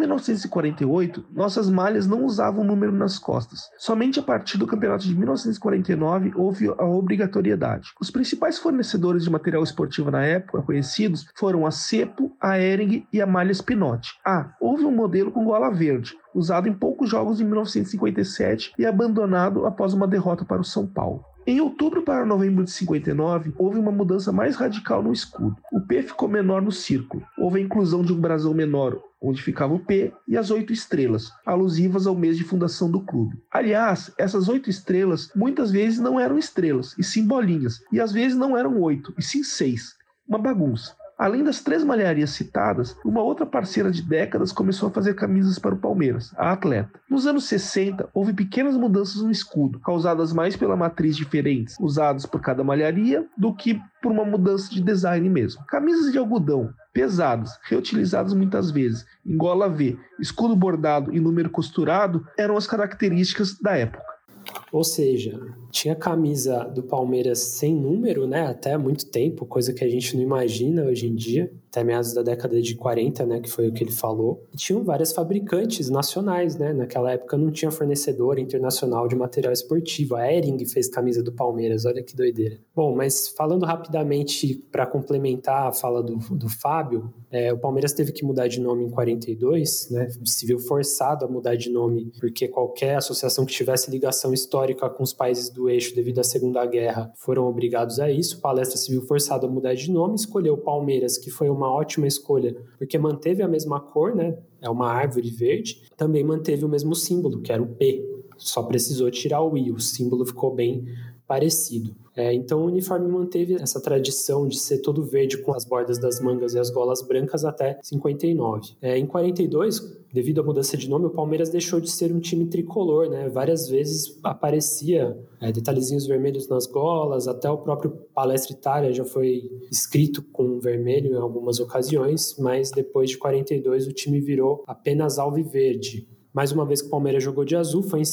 S4: 1948, nossas malhas não usavam número nas costas. Somente a partir do campeonato de 1949 houve a obrigatoriedade. Os principais fornecedores de material esportivo na época conhecidos foram a Cepo, a Hering e a Malhas Pinotti. Houve um modelo com gola verde, usado em poucos jogos em 1957 e abandonado após uma derrota para o São Paulo. Em outubro para novembro de 59, houve uma mudança mais radical no escudo. O P ficou menor no círculo. Houve a inclusão de um brasão menor, onde ficava o P, e as 8 estrelas, alusivas ao mês de fundação do clube. Aliás, essas 8 estrelas muitas vezes não eram estrelas, e sim bolinhas, e às vezes não eram 8, e sim 6. Uma bagunça. Além das 3 malharias citadas, uma outra parceira de décadas começou a fazer camisas para o Palmeiras, a Atleta. Nos anos 60, houve pequenas mudanças no escudo, causadas mais pela matriz diferentes usadas por cada malharia do que por uma mudança de design mesmo. Camisas de algodão, pesadas, reutilizadas muitas vezes, em gola V, escudo bordado e número costurado, eram as características da época.
S1: Ou seja, tinha camisa do Palmeiras sem número, né, até há muito tempo, coisa que a gente não imagina hoje em dia, até meados da década de 40, né, que foi o que ele falou. E tinham várias fabricantes nacionais, né, naquela época não tinha fornecedor internacional de material esportivo, a Hering fez camisa do Palmeiras, olha que doideira. Bom, mas falando rapidamente para complementar a fala do Fábio, o Palmeiras teve que mudar de nome em 42, né, se viu forçado a mudar de nome, porque qualquer associação que tivesse ligação histórica com os países do eixo devido à Segunda Guerra foram obrigados a isso. O Palestra se viu forçado a mudar de nome, escolheu o Palmeiras, que foi uma ótima escolha, porque manteve a mesma cor, né? É uma árvore verde, também manteve o mesmo símbolo, que era o P, só precisou tirar o I, o símbolo ficou bem parecido. Então o uniforme manteve essa tradição de ser todo verde com as bordas das mangas e as golas brancas até 59. Em 42, devido à mudança de nome, o Palmeiras deixou de ser um time tricolor, né? Várias vezes aparecia detalhezinhos vermelhos nas golas, até o próprio Palestra Itália já foi escrito com vermelho em algumas ocasiões, mas depois de 42 o time virou apenas alviverde. Mais uma vez que o Palmeiras jogou de azul foi em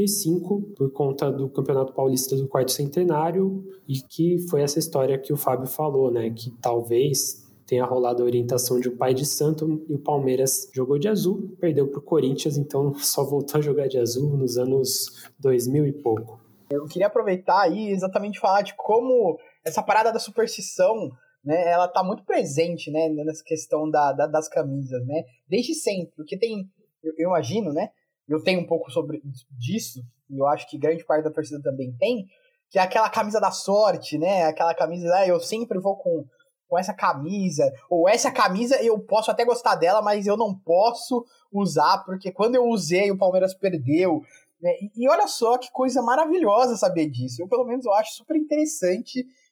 S1: 55, por conta do Campeonato Paulista do quarto centenário, e que foi essa história que o Fábio falou, né? Que talvez tenha rolado a orientação de um pai de santo e o Palmeiras jogou de azul, perdeu para o Corinthians, então só voltou a jogar de azul nos anos 2000 e pouco.
S3: Eu queria aproveitar aí exatamente falar de como essa parada da superstição, né, ela tá muito presente, né, nessa questão das camisas, né? Desde sempre, porque tem... Eu imagino, né? Eu tenho um pouco sobre disso, e eu acho que grande parte da torcida também tem, que é aquela camisa da sorte, né? Aquela camisa, eu sempre vou com essa camisa, ou essa camisa eu posso até gostar dela, mas eu não posso usar, porque quando eu usei o Palmeiras perdeu, né? E olha só que coisa maravilhosa saber disso. Eu, pelo menos, eu acho super interessante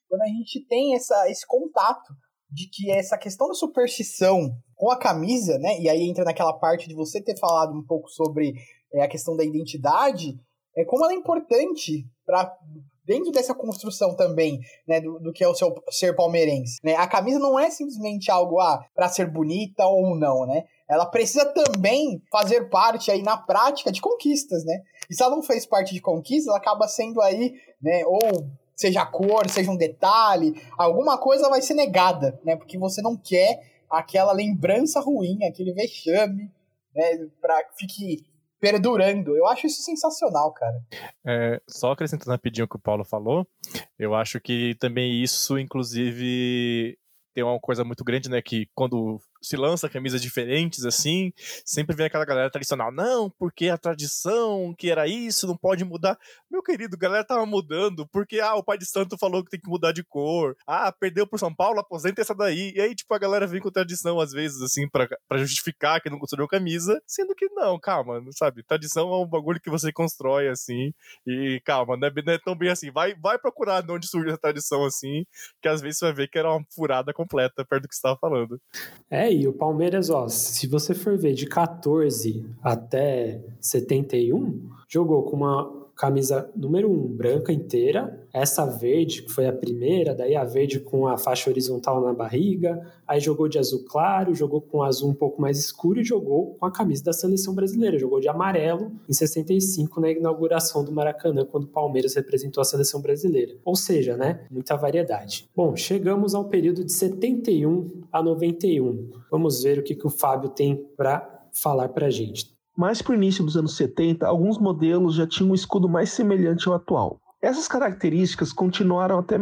S3: quando a gente tem esse contato de que essa questão da superstição com a camisa, né, e aí entra naquela parte de você ter falado um pouco sobre a questão da identidade, como ela é importante para dentro dessa construção também, né, do que é o seu ser palmeirense, né? A camisa não é simplesmente algo para ser bonita ou não, né? Ela precisa também fazer parte aí na prática de conquistas, né? E se ela não fez parte de conquistas, ela acaba sendo aí, né, ou seja a cor, seja um detalhe, alguma coisa vai ser negada, né? Porque você não quer aquela lembrança ruim, aquele vexame, né, para que fique perdurando. Eu acho isso sensacional, cara.
S2: Só acrescentando rapidinho o que o Paulo falou, eu acho que também isso, inclusive, tem uma coisa muito grande, né, que quando se lança camisas diferentes, assim, sempre vem aquela galera tradicional, não, porque a tradição, que era isso, não pode mudar. Meu querido, a galera tava mudando, porque, o pai de santo falou que tem que mudar de cor, perdeu pro São Paulo, aposenta essa daí, e aí, tipo, a galera vem com tradição, às vezes, assim, pra justificar que não construiu camisa, sendo que não, calma, sabe, tradição é um bagulho que você constrói, assim, e calma, não é tão bem assim, vai procurar de onde surge a tradição, assim, que às vezes você vai ver que era uma furada completa, perto do que você tava falando.
S1: E o Palmeiras, se você for ver de 14 até 71, jogou com uma camisa número 1, branca inteira, essa verde, que foi a primeira, daí a verde com a faixa horizontal na barriga, aí jogou de azul claro, jogou com azul um pouco mais escuro e jogou com a camisa da seleção brasileira, jogou de amarelo em 65 na inauguração do Maracanã, quando o Palmeiras representou a seleção brasileira. Ou seja, né, muita variedade. Bom, chegamos ao período de 71 a 91. Vamos ver o que o Fábio tem para falar para a gente.
S4: Mais para o início dos anos 70, alguns modelos já tinham um escudo mais semelhante ao atual. Essas características continuaram até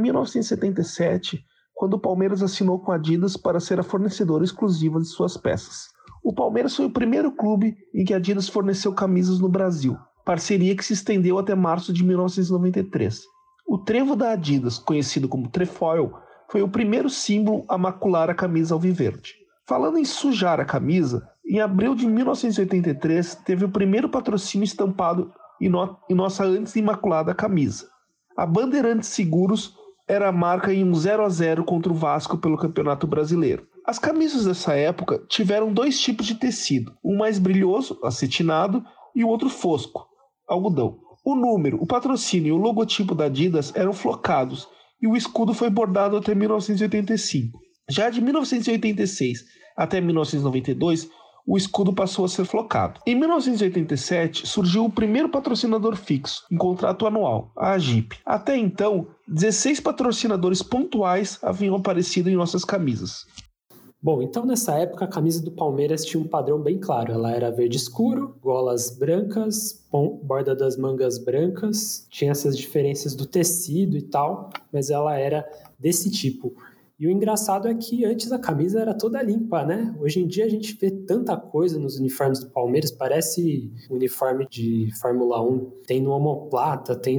S4: 1977, quando o Palmeiras assinou com a Adidas para ser a fornecedora exclusiva de suas peças. O Palmeiras foi o primeiro clube em que a Adidas forneceu camisas no Brasil, parceria que se estendeu até março de 1993. O trevo da Adidas, conhecido como trefoil, foi o primeiro símbolo a macular a camisa alviverde. Falando em sujar a camisa, em abril de 1983 teve o primeiro patrocínio estampado em nossa antes imaculada camisa. A Bandeirantes Seguros era a marca em um 0-0 contra o Vasco pelo Campeonato Brasileiro. As camisas dessa época tiveram dois tipos de tecido, um mais brilhoso, acetinado, e o outro fosco, algodão. O número, o patrocínio e o logotipo da Adidas eram flocados e o escudo foi bordado até 1985. Já de 1986 até 1992, o escudo passou a ser flocado. Em 1987, surgiu o primeiro patrocinador fixo, em contrato anual, a Agip. Até então, 16 patrocinadores pontuais haviam aparecido em nossas camisas.
S1: Bom, então nessa época a camisa do Palmeiras tinha um padrão bem claro. Ela era verde escuro, golas brancas, borda das mangas brancas, tinha essas diferenças do tecido e tal, mas ela era desse tipo. E o engraçado é que antes a camisa era toda limpa, né? Hoje em dia a gente vê tanta coisa nos uniformes do Palmeiras, parece uniforme de Fórmula 1. Tem no omoplata, tem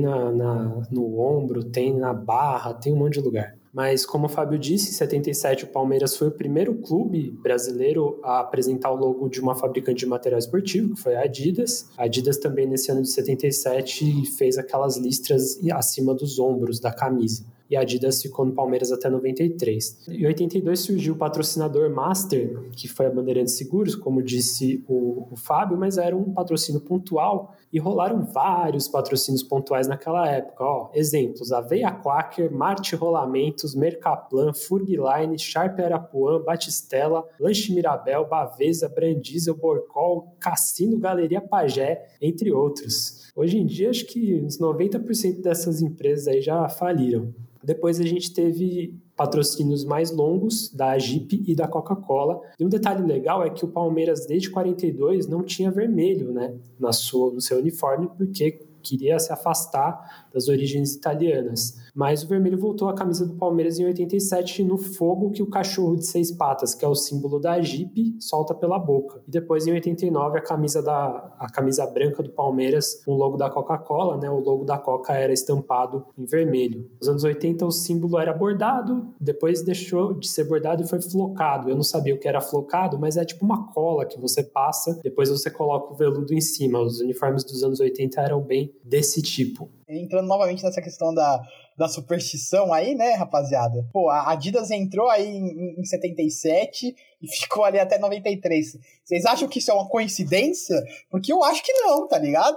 S1: no ombro, tem na barra, tem um monte de lugar. Mas, como o Fábio disse, em 77 o Palmeiras foi o primeiro clube brasileiro a apresentar o logo de uma fabricante de material esportivo, que foi a Adidas. A Adidas também, nesse ano de 77, fez aquelas listras acima dos ombros da camisa. E a Adidas ficou no Palmeiras até 93. Em 82 surgiu o patrocinador Master, que foi a Bandeirantes Seguros, como disse o Fábio, mas era um patrocínio pontual e rolaram vários patrocínios pontuais naquela época. Exemplos: Aveia Quaker, Marte Rolamentos, Mercaplan, Furgline, Sharp Arapuã, Batistella, Lanche Mirabel, Bavesa, Brandiesel, Borcol, Cassino, Galeria Pagé, entre outros. Hoje em dia, acho que uns 90% dessas empresas aí já faliram. Depois a gente teve patrocínios mais longos da Agip e da Coca-Cola. E um detalhe legal é que o Palmeiras, desde 42, não tinha vermelho, né, no seu uniforme, porque queria se afastar das origens italianas. Mas o vermelho voltou à camisa do Palmeiras em 87 no fogo que o cachorro de 6 patas, que é o símbolo da Agip, solta pela boca. E depois, em 89, a camisa branca do Palmeiras, com o logo da Coca-Cola, né? O logo da Coca era estampado em vermelho. Nos anos 80, o símbolo era bordado, depois deixou de ser bordado e foi flocado. Eu não sabia o que era flocado, mas é tipo uma cola que você passa, depois você coloca o veludo em cima. Os uniformes dos anos 80 eram bem desse tipo.
S3: Entrando novamente nessa questão da da superstição aí, né, rapaziada? Pô, a Adidas entrou aí em 77 e ficou ali até 93. Vocês acham que isso é uma coincidência? Porque eu acho que não, tá ligado?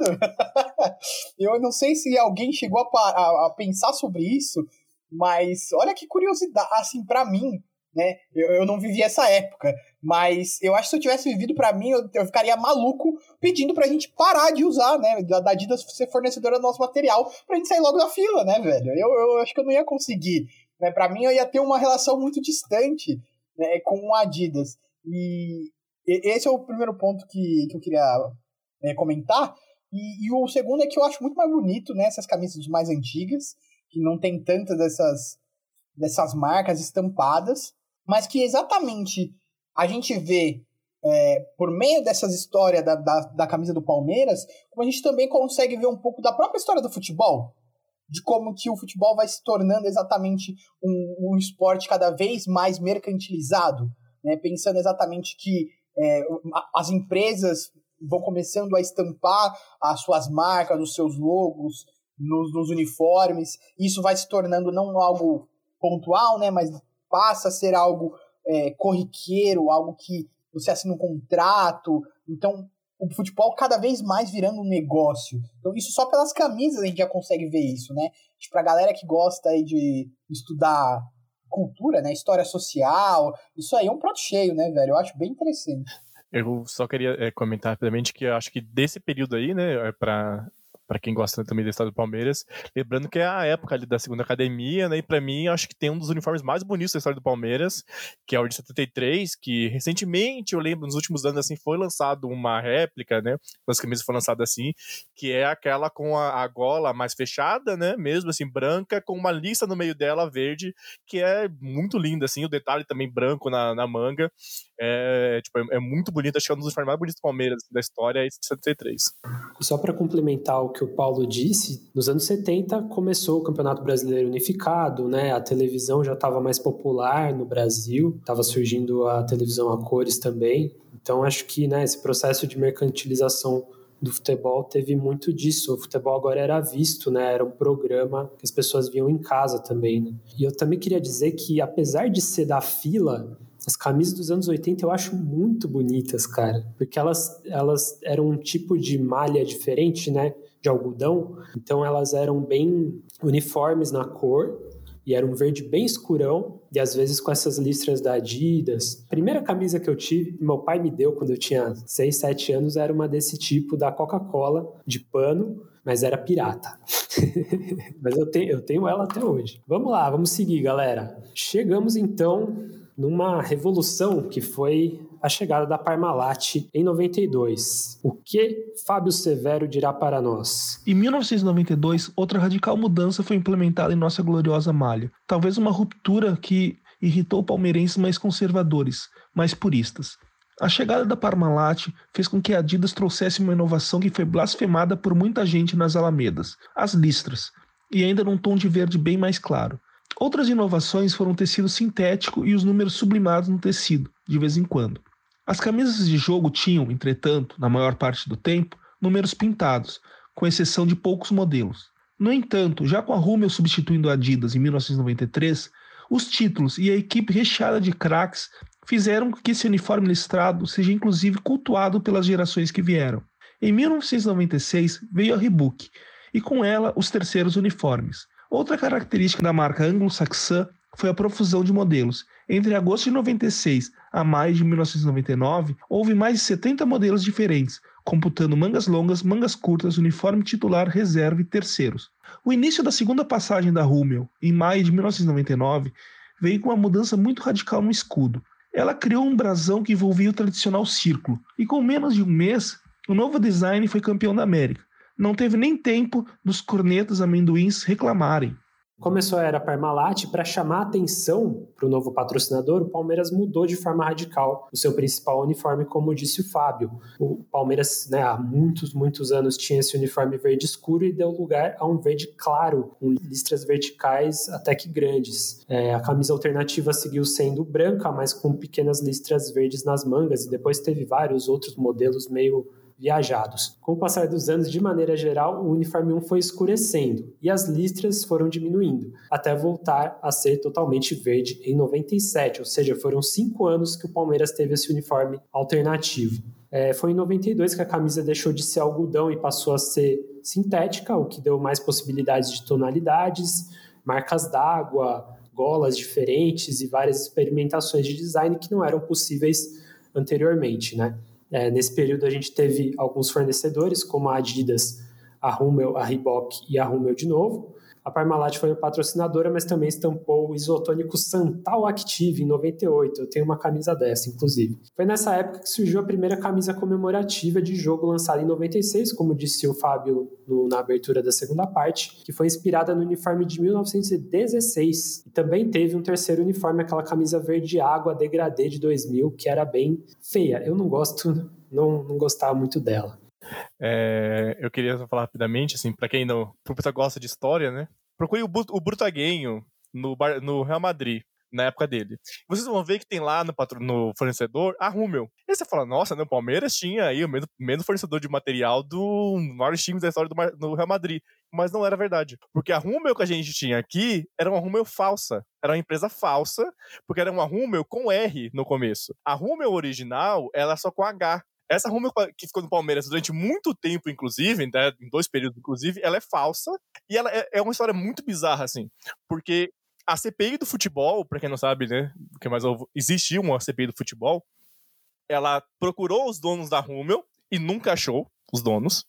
S3: Eu não sei se alguém chegou a pensar sobre isso, mas olha que curiosidade, assim, pra mim, né? Eu não vivi essa época, mas eu acho que se eu tivesse vivido, pra mim, eu ficaria maluco pedindo pra gente parar de usar, né? Da Adidas ser fornecedora do nosso material pra gente sair logo da fila, né, velho? Eu acho que eu não ia conseguir, né? Pra mim, eu ia ter uma relação muito distante, né, com a Adidas. E esse é o primeiro ponto que eu queria comentar. E o segundo é que eu acho muito mais bonito, né? Essas camisas mais antigas, que não tem tantas dessas marcas estampadas, mas que exatamente a gente vê por meio dessas histórias da camisa do Palmeiras, como a gente também consegue ver um pouco da própria história do futebol, de como que o futebol vai se tornando exatamente um esporte cada vez mais mercantilizado, né? Pensando exatamente que as empresas vão começando a estampar as suas marcas, os seus logos nos uniformes, e isso vai se tornando não algo pontual, né, mas passa a ser algo corriqueiro, algo que você assina um contrato. Então, o futebol cada vez mais virando um negócio. Então, isso só pelas camisas a gente já consegue ver isso, né? Pra galera que gosta aí de estudar cultura, né, história social, isso aí é um prato cheio, né, velho? Eu acho bem interessante.
S2: Eu só queria comentar rapidamente que eu acho que desse período aí, né, pra quem gosta também da história do Palmeiras, lembrando que é a época ali da segunda academia, né, e pra mim, eu acho que tem um dos uniformes mais bonitos da história do Palmeiras, que é o de 73, que recentemente, eu lembro, nos últimos anos, assim, foi lançado uma réplica, né, das camisas foram lançadas assim, que é aquela com a gola mais fechada, né, mesmo assim, branca, com uma lista no meio dela, verde, que é muito linda, assim, o detalhe também branco na manga, é muito bonito, acho que é um dos uniformes mais bonitos do Palmeiras da história, é esse de 73.
S1: E só para complementar o que o Paulo disse, nos anos 70 começou o Campeonato Brasileiro Unificado, né? A televisão já estava mais popular no Brasil, estava surgindo a televisão a cores também. Então acho que, né, esse processo de mercantilização do futebol teve muito disso. O futebol agora era visto, né? Era um programa que as pessoas viam em casa também, né? E eu também queria dizer que, apesar de ser da fila, as camisas dos anos 80 eu acho muito bonitas, cara. Porque elas eram um tipo de malha diferente, né? De algodão. Então elas eram bem uniformes na cor. E era um verde bem escurão. E às vezes com essas listras da Adidas. A primeira camisa que eu tive, meu pai me deu quando eu tinha 6, 7 anos, era uma desse tipo, da Coca-Cola, de pano. Mas era pirata. Mas eu tenho ela até hoje. Vamos lá, vamos seguir, galera. Chegamos então numa revolução que foi a chegada da Parmalat em 92. O que Fábio Severo dirá para nós?
S4: Em 1992, outra radical mudança foi implementada em nossa gloriosa malha. Talvez uma ruptura que irritou palmeirenses mais conservadores, mais puristas. A chegada da Parmalat fez com que a Adidas trouxesse uma inovação que foi blasfemada por muita gente nas alamedas, as listras, e ainda num tom de verde bem mais claro. Outras inovações foram o tecido sintético e os números sublimados no tecido, de vez em quando. As camisas de jogo tinham, entretanto, na maior parte do tempo, números pintados, com exceção de poucos modelos. No entanto, já com a Hummel substituindo a Adidas em 1993, os títulos e a equipe recheada de craques fizeram com que esse uniforme listrado seja inclusive cultuado pelas gerações que vieram. Em 1996 veio a Reebok, e com ela os terceiros uniformes. Outra característica da marca anglo-saxã foi a profusão de modelos. Entre agosto de 96 a maio de 1999, houve mais de 70 modelos diferentes, computando mangas longas, mangas curtas, uniforme titular, reserva e terceiros. O início da segunda passagem da Hummel, em maio de 1999, veio com uma mudança muito radical no escudo. Ela criou um brasão que envolvia o tradicional círculo, e com menos de um mês, o novo design foi campeão da América. Não teve nem tempo dos cornetas amendoins reclamarem.
S1: Começou a era Parmalat, para chamar a atenção para o novo patrocinador, o Palmeiras mudou de forma radical o seu principal uniforme, como disse o Fábio. O Palmeiras, né, há muitos anos tinha esse uniforme verde escuro e deu lugar a um verde claro, com listras verticais até que grandes. A camisa alternativa seguiu sendo branca, mas com pequenas listras verdes nas mangas, e depois teve vários outros modelos meio viajados. Com o passar dos anos, de maneira geral, o uniforme 1 foi escurecendo e as listras foram diminuindo, até voltar a ser totalmente verde em 97, ou seja, foram 5 anos que o Palmeiras teve esse uniforme alternativo. Foi em 92 que a camisa deixou de ser algodão e passou a ser sintética, o que deu mais possibilidades de tonalidades, marcas d'água, golas diferentes e várias experimentações de design que não eram possíveis anteriormente, né? Nesse período a gente teve alguns fornecedores, como a Adidas, a Hummel, a Reebok e a Hummel de novo. A Parmalat foi patrocinadora, mas também estampou o isotônico Santal Active em 98. Eu tenho uma camisa dessa, inclusive. Foi nessa época que surgiu a primeira camisa comemorativa de jogo lançada em 96, como disse o Fábio na abertura da segunda parte, que foi inspirada no uniforme de 1916. E também teve um terceiro uniforme, aquela camisa verde água degradê de 2000, que era bem feia. Eu não gostava muito dela.
S2: Eu queria falar rapidamente, assim, pra quem não... Pro pessoal que gosta de história, né? Procure o Brutaguenho no Real Madrid, na época dele. Vocês vão ver que tem lá no fornecedor a Hummel. E você fala, nossa, né, o Palmeiras tinha aí o mesmo fornecedor de material do maior time da história do Real Madrid. Mas não era verdade. Porque a Hummel que a gente tinha aqui era uma Hummel falsa. Era uma empresa falsa, porque era uma Hummel com R no começo. A Hummel original, ela só com H. Essa Hummel que ficou no Palmeiras durante muito tempo, inclusive, né, em 2 períodos, inclusive, ela é falsa. E ela é uma história muito bizarra, assim. Porque a CPI do futebol, pra quem não sabe, né, existiu uma CPI do futebol, ela procurou os donos da Hummel e nunca achou os donos.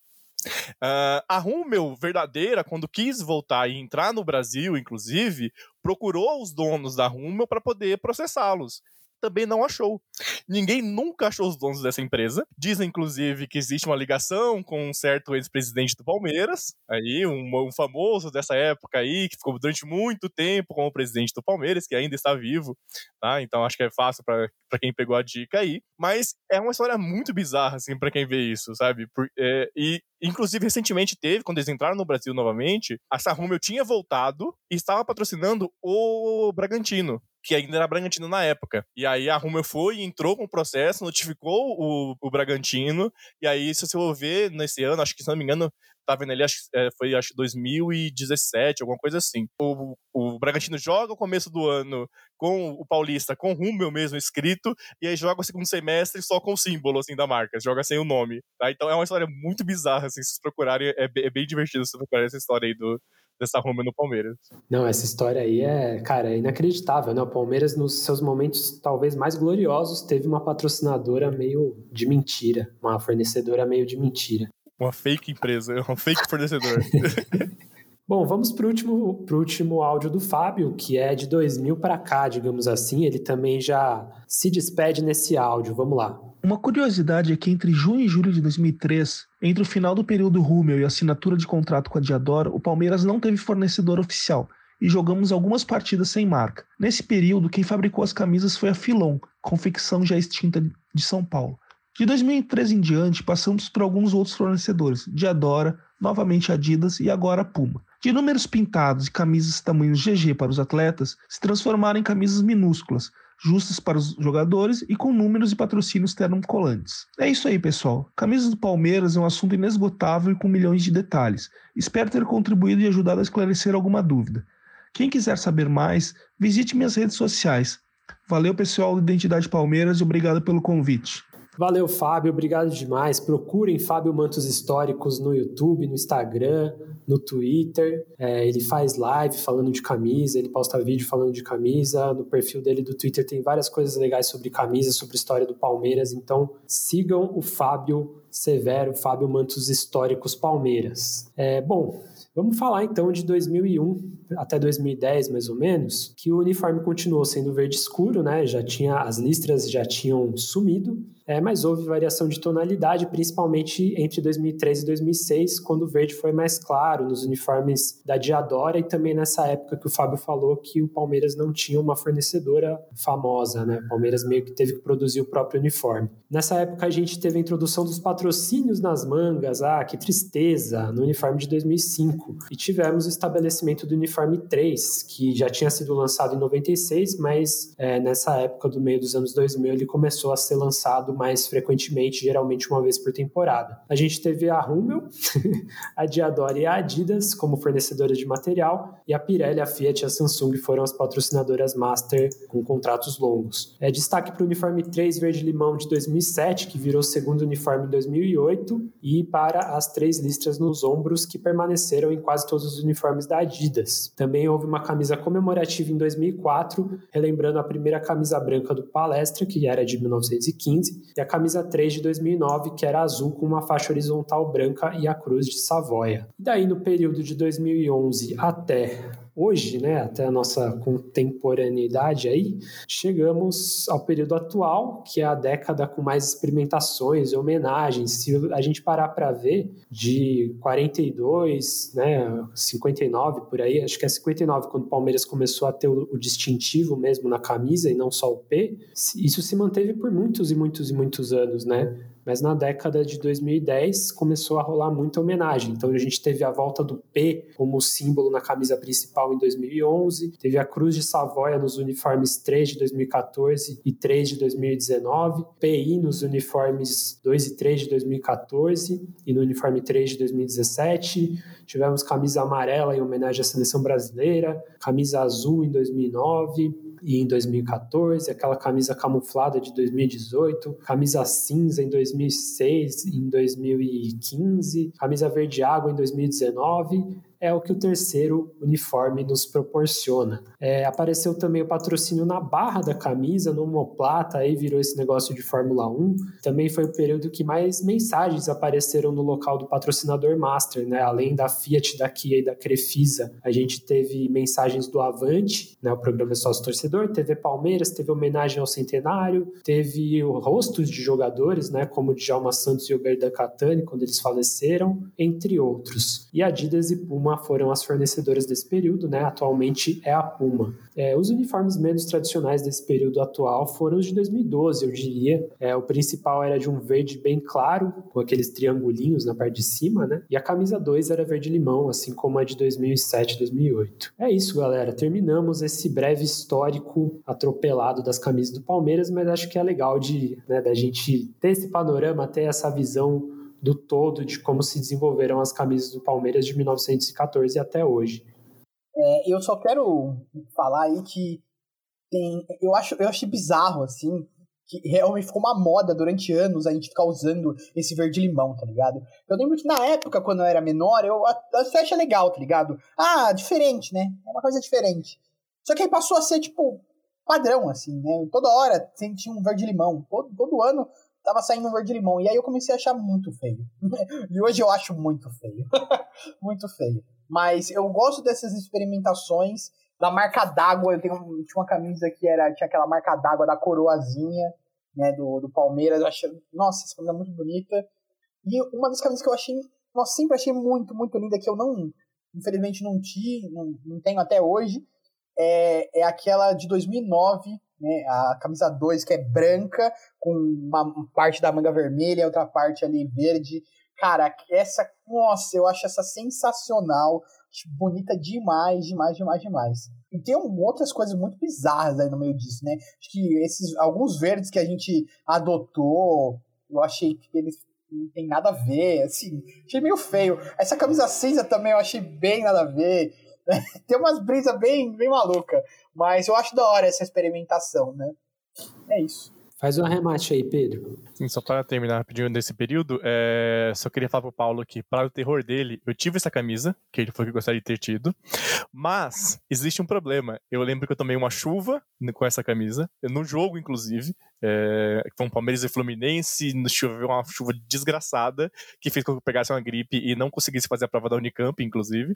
S2: A Hummel verdadeira, quando quis voltar e entrar no Brasil, inclusive, procurou os donos da Hummel para poder processá-los. Também não achou. Ninguém nunca achou os donos dessa empresa. Dizem, inclusive, que existe uma ligação com um certo ex-presidente do Palmeiras, aí um famoso dessa época aí, que ficou durante muito tempo como presidente do Palmeiras, que ainda está vivo, tá? Então acho que é fácil para quem pegou a dica aí. Mas é uma história muito bizarra, assim, para quem vê isso, sabe? E inclusive, recentemente quando eles entraram no Brasil novamente, a Hummel tinha voltado e estava patrocinando o Bragantino, que ainda era Bragantino na época. E aí a Hummel entrou com o processo, notificou o Bragantino, e aí, se você for ver nesse ano, acho que, se não me engano, tá vendo ali, foi 2017, alguma coisa assim. O Bragantino joga o começo do ano com o Paulista, com Hummel mesmo escrito, e aí joga o segundo semestre só com o símbolo, assim, da marca, joga sem o nome, tá? Então é uma história muito bizarra, assim, se vocês procurarem, é bem divertido se vocês procurarem essa história aí dessa Hummel no Palmeiras.
S1: Não, essa história aí é inacreditável, né? O Palmeiras, nos seus momentos talvez mais gloriosos, teve uma patrocinadora meio de mentira, uma fornecedora meio de mentira.
S2: Uma fake empresa, um fake fornecedor.
S1: Bom, vamos pro último áudio do Fábio, que é de 2000 para cá, digamos assim. Ele também já se despede nesse áudio. Vamos lá.
S4: Uma curiosidade é que entre junho e julho de 2003, entre o final do período Hummel e a assinatura de contrato com a Diadora, o Palmeiras não teve fornecedor oficial e jogamos algumas partidas sem marca. Nesse período, quem fabricou as camisas foi a Filon, confecção já extinta de São Paulo. De 2003 em diante, passamos por alguns outros fornecedores, Diadora, novamente Adidas e agora a Puma. De números pintados e camisas tamanhos GG para os atletas, se transformaram em camisas minúsculas, justas para os jogadores e com números e patrocínios termocolantes. É isso aí, pessoal. Camisas do Palmeiras é um assunto inesgotável e com milhões de detalhes. Espero ter contribuído e ajudado a esclarecer alguma dúvida. Quem quiser saber mais, visite minhas redes sociais. Valeu, pessoal do Identidade Palmeiras, e obrigado pelo convite.
S1: Valeu, Fábio, obrigado demais. Procurem Fábio Mantos Históricos no YouTube, no Instagram, no Twitter. Ele faz live falando de camisa, ele posta vídeo falando de camisa. No perfil dele do Twitter tem várias coisas legais sobre camisa, sobre história do Palmeiras. Então sigam o Fábio Severo, Fábio Mantos Históricos Palmeiras. Bom, vamos falar então de 2001 até 2010, mais ou menos, que o uniforme continuou sendo verde escuro, né? As listras já tinham sumido, mas houve variação de tonalidade, principalmente entre 2003 e 2006, quando o verde foi mais claro nos uniformes da Diadora, e também nessa época que o Fábio falou que o Palmeiras não tinha uma fornecedora famosa, né? O Palmeiras meio que teve que produzir o próprio uniforme. Nessa época a gente teve a introdução dos patrocínios patrocínios nas mangas, que tristeza, no uniforme de 2005. E tivemos o estabelecimento do uniforme 3, que já tinha sido lançado em 96, mas nessa época do meio dos anos 2000 ele começou a ser lançado mais frequentemente, geralmente uma vez por temporada. A gente teve a Hummel, a Diadora e a Adidas como fornecedoras de material, e a Pirelli, a Fiat e a Samsung foram as patrocinadoras master com contratos longos. Destaque para o uniforme 3 verde-limão de 2007, que virou o segundo uniforme em 2008, e para as 3 listras nos ombros, que permaneceram em quase todos os uniformes da Adidas. Também houve uma camisa comemorativa em 2004, relembrando a primeira camisa branca do Palestra, que era de 1915, e a camisa 3 de 2009, que era azul com uma faixa horizontal branca e a cruz de Savoia. E daí, no período de 2011 até hoje, né, até a nossa contemporaneidade aí, chegamos ao período atual, que é a década com mais experimentações e homenagens. Se a gente parar para ver, de 42, né, 59 por aí, acho que é 59 quando o Palmeiras começou a ter o distintivo mesmo na camisa e não só o P, isso se manteve por muitos e muitos e muitos anos, né? Mas na década de 2010 começou a rolar muita homenagem. Então a gente teve a volta do P como símbolo na camisa principal em 2011, teve a Cruz de Savoia nos uniformes 3 de 2014 e 3 de 2019, PI nos uniformes 2 e 3 de 2014 e no uniforme 3 de 2017, tivemos camisa amarela em homenagem à seleção brasileira, camisa azul em 2009, e em 2014, aquela camisa camuflada de 2018, camisa cinza em 2006, em 2015, camisa verde água em 2019, é o que o terceiro uniforme nos proporciona. Apareceu também o patrocínio na barra da camisa, no omoplata, aí virou esse negócio de Fórmula 1. Também foi o período que mais mensagens apareceram no local do patrocinador master, né? Além da Fiat, da Kia e da Crefisa, a gente teve mensagens do Avante, né? O programa é sócio-torcedor, teve Palmeiras, teve homenagem ao centenário, teve rostos de jogadores, né? Como o Djalma Santos e o Berdan Catani, quando eles faleceram, entre outros. E Adidas e Puma foram as fornecedoras desse período, né? Atualmente é a Puma. Os uniformes menos tradicionais desse período atual foram os de 2012, eu diria. O principal era de um verde bem claro, com aqueles triangulinhos na parte de cima, né? E a camisa 2 era verde-limão, assim como a de 2007 e 2008. É isso, galera. Terminamos esse breve histórico atropelado das camisas do Palmeiras, mas acho que é legal da gente ter esse panorama, ter essa visão do todo de como se desenvolveram as camisas do Palmeiras de 1914 até hoje.
S3: Eu só quero falar aí que eu achei bizarro, assim, que realmente ficou uma moda durante anos a gente ficar usando esse verde-limão, tá ligado? Eu lembro que na época, quando eu era menor, eu até achei legal, tá ligado? Diferente, né? É uma coisa diferente. Só que aí passou a ser, tipo, padrão, assim, né? Toda hora tinha um verde-limão. Todo ano tava saindo um verde-limão. E aí eu comecei a achar muito feio. E hoje eu acho muito feio. Muito feio. Mas eu gosto dessas experimentações da marca d'água. Tinha uma camisa que tinha aquela marca d'água da coroazinha, né, do Palmeiras. Nossa, essa camisa é muito bonita. E uma das camisas que eu sempre achei muito, muito linda, que eu infelizmente não tenho até hoje, é aquela de 2009, né, a camisa 2, que é branca, com uma parte da manga vermelha e outra parte ali verde. Cara, nossa, eu acho essa sensacional, bonita demais, demais, demais, demais. E tem outras coisas muito bizarras aí no meio disso, né? Acho que alguns verdes que a gente adotou, eu achei que eles não tem nada a ver, assim, achei meio feio. Essa camisa cinza também eu achei bem nada a ver. Tem umas brisas bem, bem malucas, mas eu acho da hora essa experimentação, né? É isso.
S1: Faz um arremate aí, Pedro.
S2: Sim, só para terminar rapidinho desse período, só queria falar pro Paulo que, para o terror dele, eu tive essa camisa, que ele falou que gostaria de ter tido, mas existe um problema. Eu lembro que eu tomei uma chuva com essa camisa, no jogo, inclusive, foi um Palmeiras e Fluminense, choveu uma chuva desgraçada, que fez com que eu pegasse uma gripe e não conseguisse fazer a prova da Unicamp, inclusive.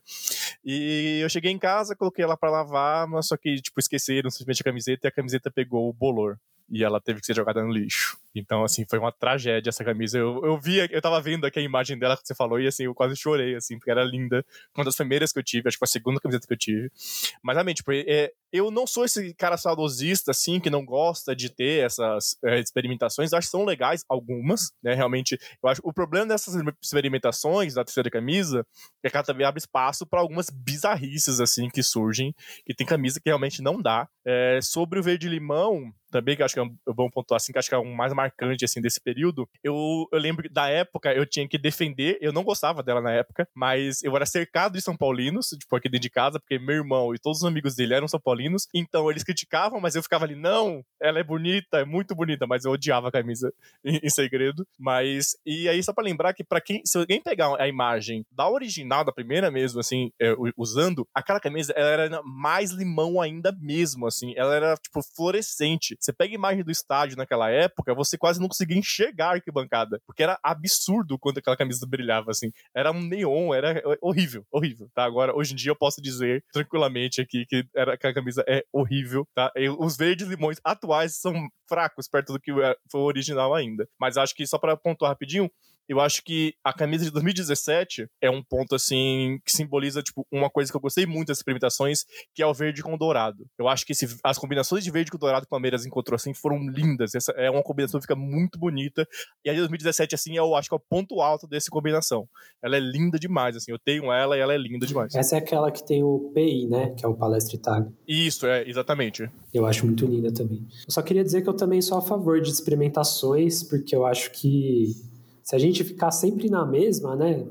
S2: E eu cheguei em casa, coloquei ela para lavar, mas só que, esqueceram simplesmente a camiseta, e a camiseta pegou o bolor. E ela teve que ser jogada no lixo. Então, assim, foi uma tragédia essa camisa. Eu tava vendo aqui a imagem dela que você falou e, assim, eu quase chorei, assim, porque era linda. Uma das primeiras que eu tive, acho que foi a segunda camiseta que eu tive. Mas, realmente, tipo, eu não sou esse cara saudosista, assim, que não gosta de ter essas experimentações. Eu acho que são legais algumas, né, realmente. Eu acho o problema dessas experimentações da terceira camisa é que ela também abre espaço para algumas bizarrices, assim, que surgem, que tem camisa que realmente não dá. Sobre o verde-limão, também, que eu acho que é bom pontuar, assim, que acho que é o mais marcante, assim, desse período, eu lembro que da época eu tinha que defender, eu não gostava dela na época, mas eu era cercado de São Paulinos, tipo, aqui dentro de casa, porque meu irmão e todos os amigos dele eram São Paulinos, então eles criticavam, mas eu ficava ali, não, ela é bonita, é muito bonita, mas eu odiava a camisa em segredo, mas, e aí só pra lembrar que se alguém pegar a imagem da original, da primeira mesmo, assim, usando, aquela camisa, ela era mais limão ainda mesmo, assim, ela era, tipo, fluorescente. Você pega a imagem do estádio naquela época, você quase não conseguia enxergar a arquibancada, porque era absurdo quando aquela camisa brilhava, assim. Era um neon, era horrível, horrível, tá? Agora, hoje em dia, eu posso dizer tranquilamente aqui que aquela camisa é horrível, tá? Os verdes limões atuais são fracos perto do que foi o original ainda. Mas acho que, só pra pontuar rapidinho, eu acho que a camisa de 2017 é um ponto, assim, que simboliza, tipo, uma coisa que eu gostei muito das experimentações, que é o verde com dourado. Eu acho que as combinações de verde com dourado que o Palmeiras encontrou, assim, foram lindas. Essa é uma combinação que fica muito bonita. E a de 2017, assim, eu acho que é o ponto alto dessa combinação. Ela é linda demais, assim. Eu tenho ela e ela é linda demais.
S1: Essa é aquela que tem o PI, né? Que é o Palestra Itália.
S2: Isso, exatamente.
S1: Eu acho muito linda também. Eu só queria dizer que eu também sou a favor de experimentações, porque eu acho que se a gente ficar sempre na mesma, né,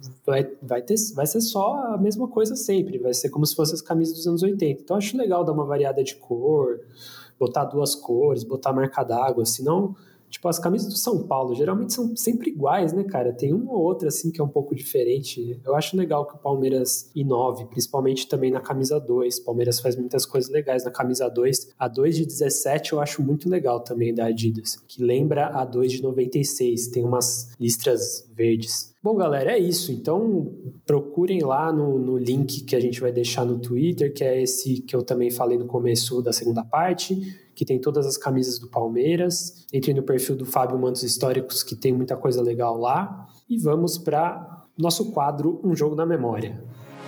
S1: vai ser só a mesma coisa sempre. Vai ser como se fossem as camisas dos anos 80. Então, eu acho legal dar uma variada de cor, botar 2 cores, botar marca d'água. Senão, tipo, as camisas do São Paulo geralmente são sempre iguais, né, cara? Tem uma ou outra, assim, que é um pouco diferente. Eu acho legal que o Palmeiras inove, principalmente também na camisa 2. O Palmeiras faz muitas coisas legais na camisa 2. A 2 de 17 eu acho muito legal também da Adidas, que lembra a 2 de 96. Tem umas listras verdes. Bom, galera, é isso. Então, procurem lá no link que a gente vai deixar no Twitter, que é esse que eu também falei no começo da segunda parte, que tem todas as camisas do Palmeiras. Entrem no perfil do Fábio Mantos Históricos, que tem muita coisa legal lá. E vamos para nosso quadro Um Jogo na Memória.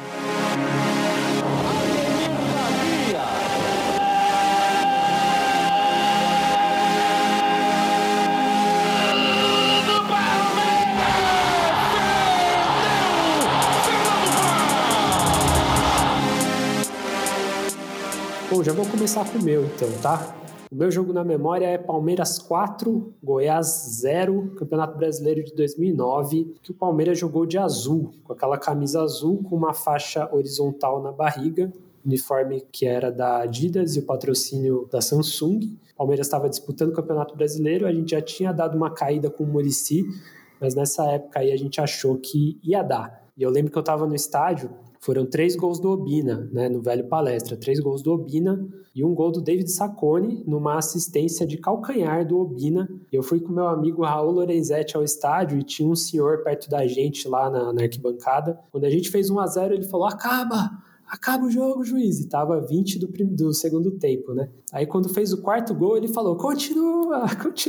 S1: Bom, já vou começar com o meu então, tá? O meu jogo na memória é Palmeiras 4, Goiás 0, Campeonato Brasileiro de 2009, que o Palmeiras jogou de azul, com aquela camisa azul com uma faixa horizontal na barriga, uniforme que era da Adidas e o patrocínio da Samsung. O Palmeiras estava disputando o Campeonato Brasileiro, a gente já tinha dado uma caída com o Muricy, mas nessa época aí a gente achou que ia dar. E eu lembro que eu estava no estádio. Foram 3 gols do Obina, né, no Velho Palestra. 3 gols do Obina e 1 gol do David Sacconi numa assistência de calcanhar do Obina. Eu fui com meu amigo Raul Lorenzetti ao estádio e tinha um senhor perto da gente lá na arquibancada. Quando a gente fez 1-0, ele falou, acaba o jogo, juiz. E tava 20 do segundo tempo, né? Aí quando fez o 4º gol, ele falou, continua,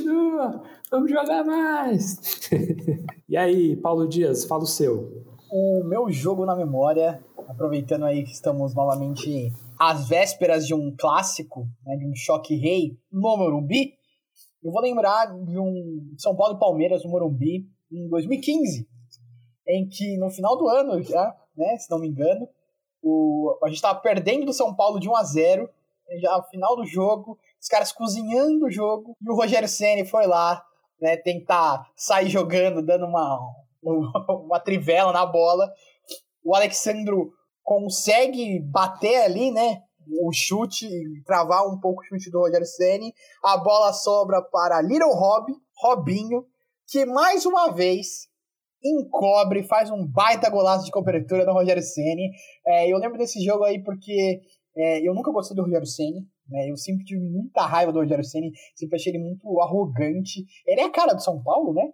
S1: vamos jogar mais. E aí, Paulo Dias, fala o seu.
S3: O meu jogo na memória, aproveitando aí que estamos novamente às vésperas de um clássico, né, de um choque rei no Morumbi, eu vou lembrar de um São Paulo e Palmeiras no Morumbi em 2015, em que no final do ano, já, né, se não me engano, a gente estava perdendo do São Paulo de 1-0, já no final do jogo, os caras cozinhando o jogo, e o Rogério Ceni foi lá, né, tentar sair jogando, dando uma trivela na bola. O Alexandro consegue bater ali, né, o chute, travar um pouco o chute do Rogério Ceni. A bola sobra para Little Robinho, que mais uma vez encobre, faz um baita golaço de cobertura no Rogério Ceni. Eu lembro desse jogo aí porque eu nunca gostei do Rogério Ceni, né? Eu sempre tive muita raiva do Rogério Ceni, sempre achei ele muito arrogante. Ele é a cara do São Paulo, né?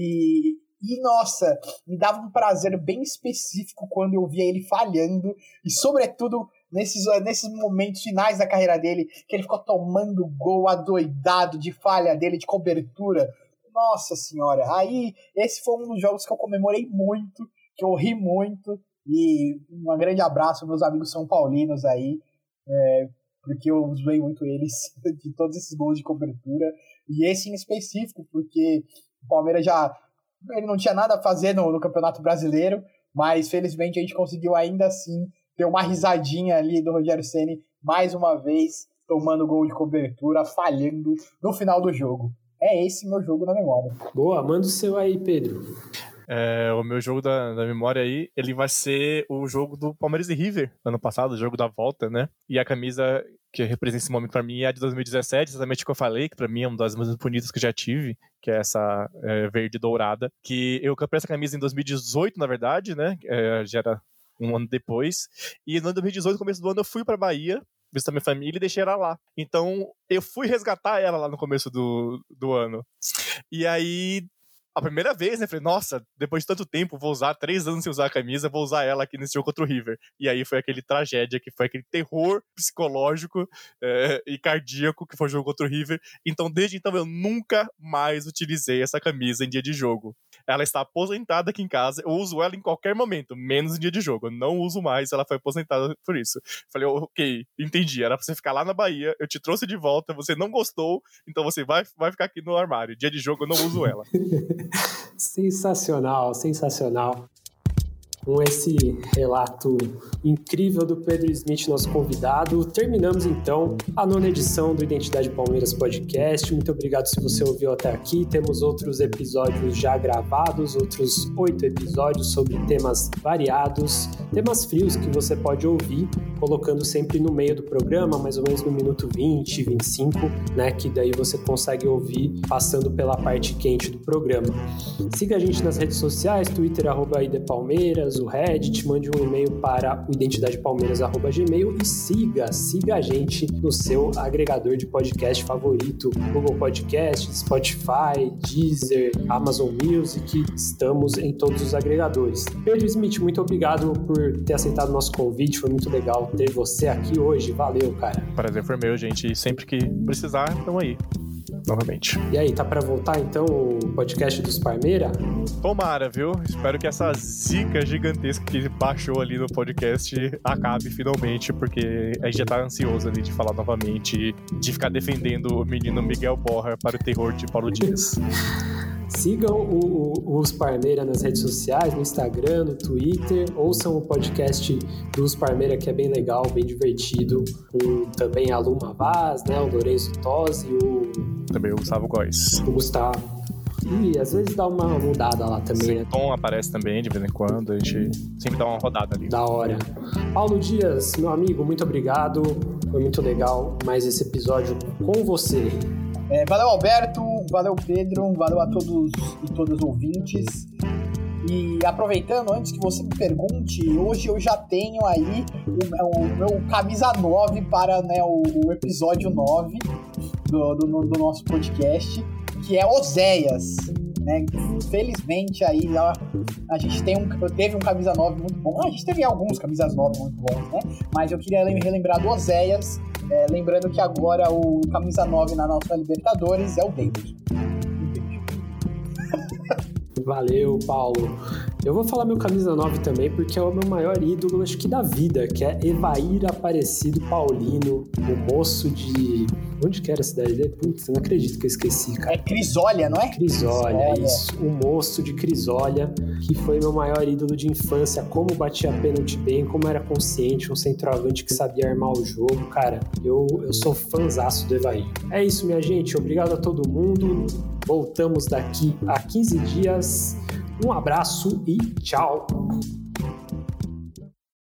S3: E, nossa, me dava um prazer bem específico quando eu via ele falhando e, sobretudo, nesses momentos finais da carreira dele, que ele ficou tomando gol adoidado de falha dele, de cobertura. Nossa senhora, aí esse foi um dos jogos que eu comemorei muito, que eu ri muito, e um grande abraço aos meus amigos são paulinos aí, porque eu zoei muito eles de todos esses gols de cobertura, e esse em específico, porque o Palmeiras ele não tinha nada a fazer no Campeonato Brasileiro, mas felizmente a gente conseguiu ainda assim ter uma risadinha ali do Rogério Ceni mais uma vez, tomando gol de cobertura, falhando no final do jogo. É esse meu jogo na memória.
S1: Boa, manda o seu aí, Pedro.
S2: O meu jogo da memória aí, ele vai ser o jogo do Palmeiras e River, ano passado, o jogo da volta, né? E a camisa que representa esse momento pra mim é a de 2017, exatamente o que eu falei, que pra mim é uma das mais bonitas que eu já tive, que é essa verde dourada, que eu comprei essa camisa em 2018, na verdade, né? Já era um ano depois. E no ano 2018, no começo do ano, eu fui pra Bahia visitar minha família e deixei ela lá. Então, eu fui resgatar ela lá no começo do ano. E aí, a primeira vez, né, falei, nossa, depois de tanto tempo, vou usar 3 anos sem usar a camisa, vou usar ela aqui nesse jogo contra o River. E aí foi aquele tragédia, que foi aquele terror psicológico e cardíaco que foi o jogo contra o River. Então, desde então, eu nunca mais utilizei essa camisa em dia de jogo. Ela está aposentada aqui em casa, eu uso ela em qualquer momento, menos em dia de jogo. Eu não uso mais, ela foi aposentada por isso. Falei, ok, entendi, era pra você ficar lá na Bahia, eu te trouxe de volta, você não gostou, então você vai ficar aqui no armário. Dia de jogo eu não uso ela.
S1: Sensacional, sensacional. Com esse relato incrível do Pedro Smith, nosso convidado, terminamos então a 9ª edição do Identidade Palmeiras Podcast. Muito obrigado se você ouviu até aqui. Temos outros episódios já gravados, outros 8 episódios sobre temas variados, temas frios que você pode ouvir, colocando sempre no meio do programa, mais ou menos no minuto 20, 25, né, que daí você consegue ouvir passando pela parte quente do programa. Siga a gente nas redes sociais, Twitter, @idepalmeiras, o Reddit, mande um e-mail para o identidadepalmeiras@gmail e siga a gente no seu agregador de podcast favorito, Google Podcast, Spotify, Deezer, Amazon Music, estamos em todos os agregadores. Pedro Smith, muito obrigado por ter aceitado o nosso convite, foi muito legal ter você aqui hoje, valeu, cara.
S2: Prazer foi meu, gente, e sempre que precisar, estamos aí. Novamente.
S1: E aí, tá pra voltar então o podcast dos Parmeira?
S2: Tomara, viu? Espero que essa zica gigantesca que baixou ali no podcast acabe finalmente, porque a gente já tá ansioso ali de falar novamente, de ficar defendendo o menino Miguel Borja para o terror de Paulo Dias.
S1: Sigam os Parmeira nas redes sociais, no Instagram, no Twitter. Ouçam o podcast dos Parmeira, que é bem legal, bem divertido. Com também a Luma Vaz, né, o Lourenço Tosi,
S2: também o Gustavo Góes.
S1: O Gustavo. E às vezes dá uma mudada lá também,
S2: sim,
S1: né?
S2: Tom aparece também de vez em quando, a gente sempre dá uma rodada ali.
S1: Da hora. Paulo Dias, meu amigo, muito obrigado. Foi muito legal mais esse episódio com você.
S3: Valeu, Alberto, valeu, Pedro, valeu a todos e todas os ouvintes. E aproveitando, antes que você me pergunte, hoje eu já tenho aí o meu camisa 9 para, né, o episódio 9 do nosso podcast, que é Oséias. Né? Felizmente aí a gente teve um camisa 9 muito bom. A gente teve alguns camisas 9 muito bons, né? Mas eu queria relembrar do Oséias, lembrando que agora o camisa 9 na nossa Libertadores é o David.
S1: Valeu, Paulo. Eu vou falar meu camisa 9 também, porque é o meu maior ídolo, acho que da vida, que é Evair Aparecido Paulino, o moço de... Onde que era a cidade dele? Putz, eu não acredito que eu esqueci, cara.
S3: É Crisólia, não é?
S1: Crisólia, isso. O moço de Crisólia, que foi meu maior ídolo de infância, como batia pênalti bem, como era consciente, um centroavante que sabia armar o jogo. Cara, eu sou fãzaço do Evair. É isso, minha gente. Obrigado a todo mundo. Voltamos daqui a 15 dias. Um abraço e tchau!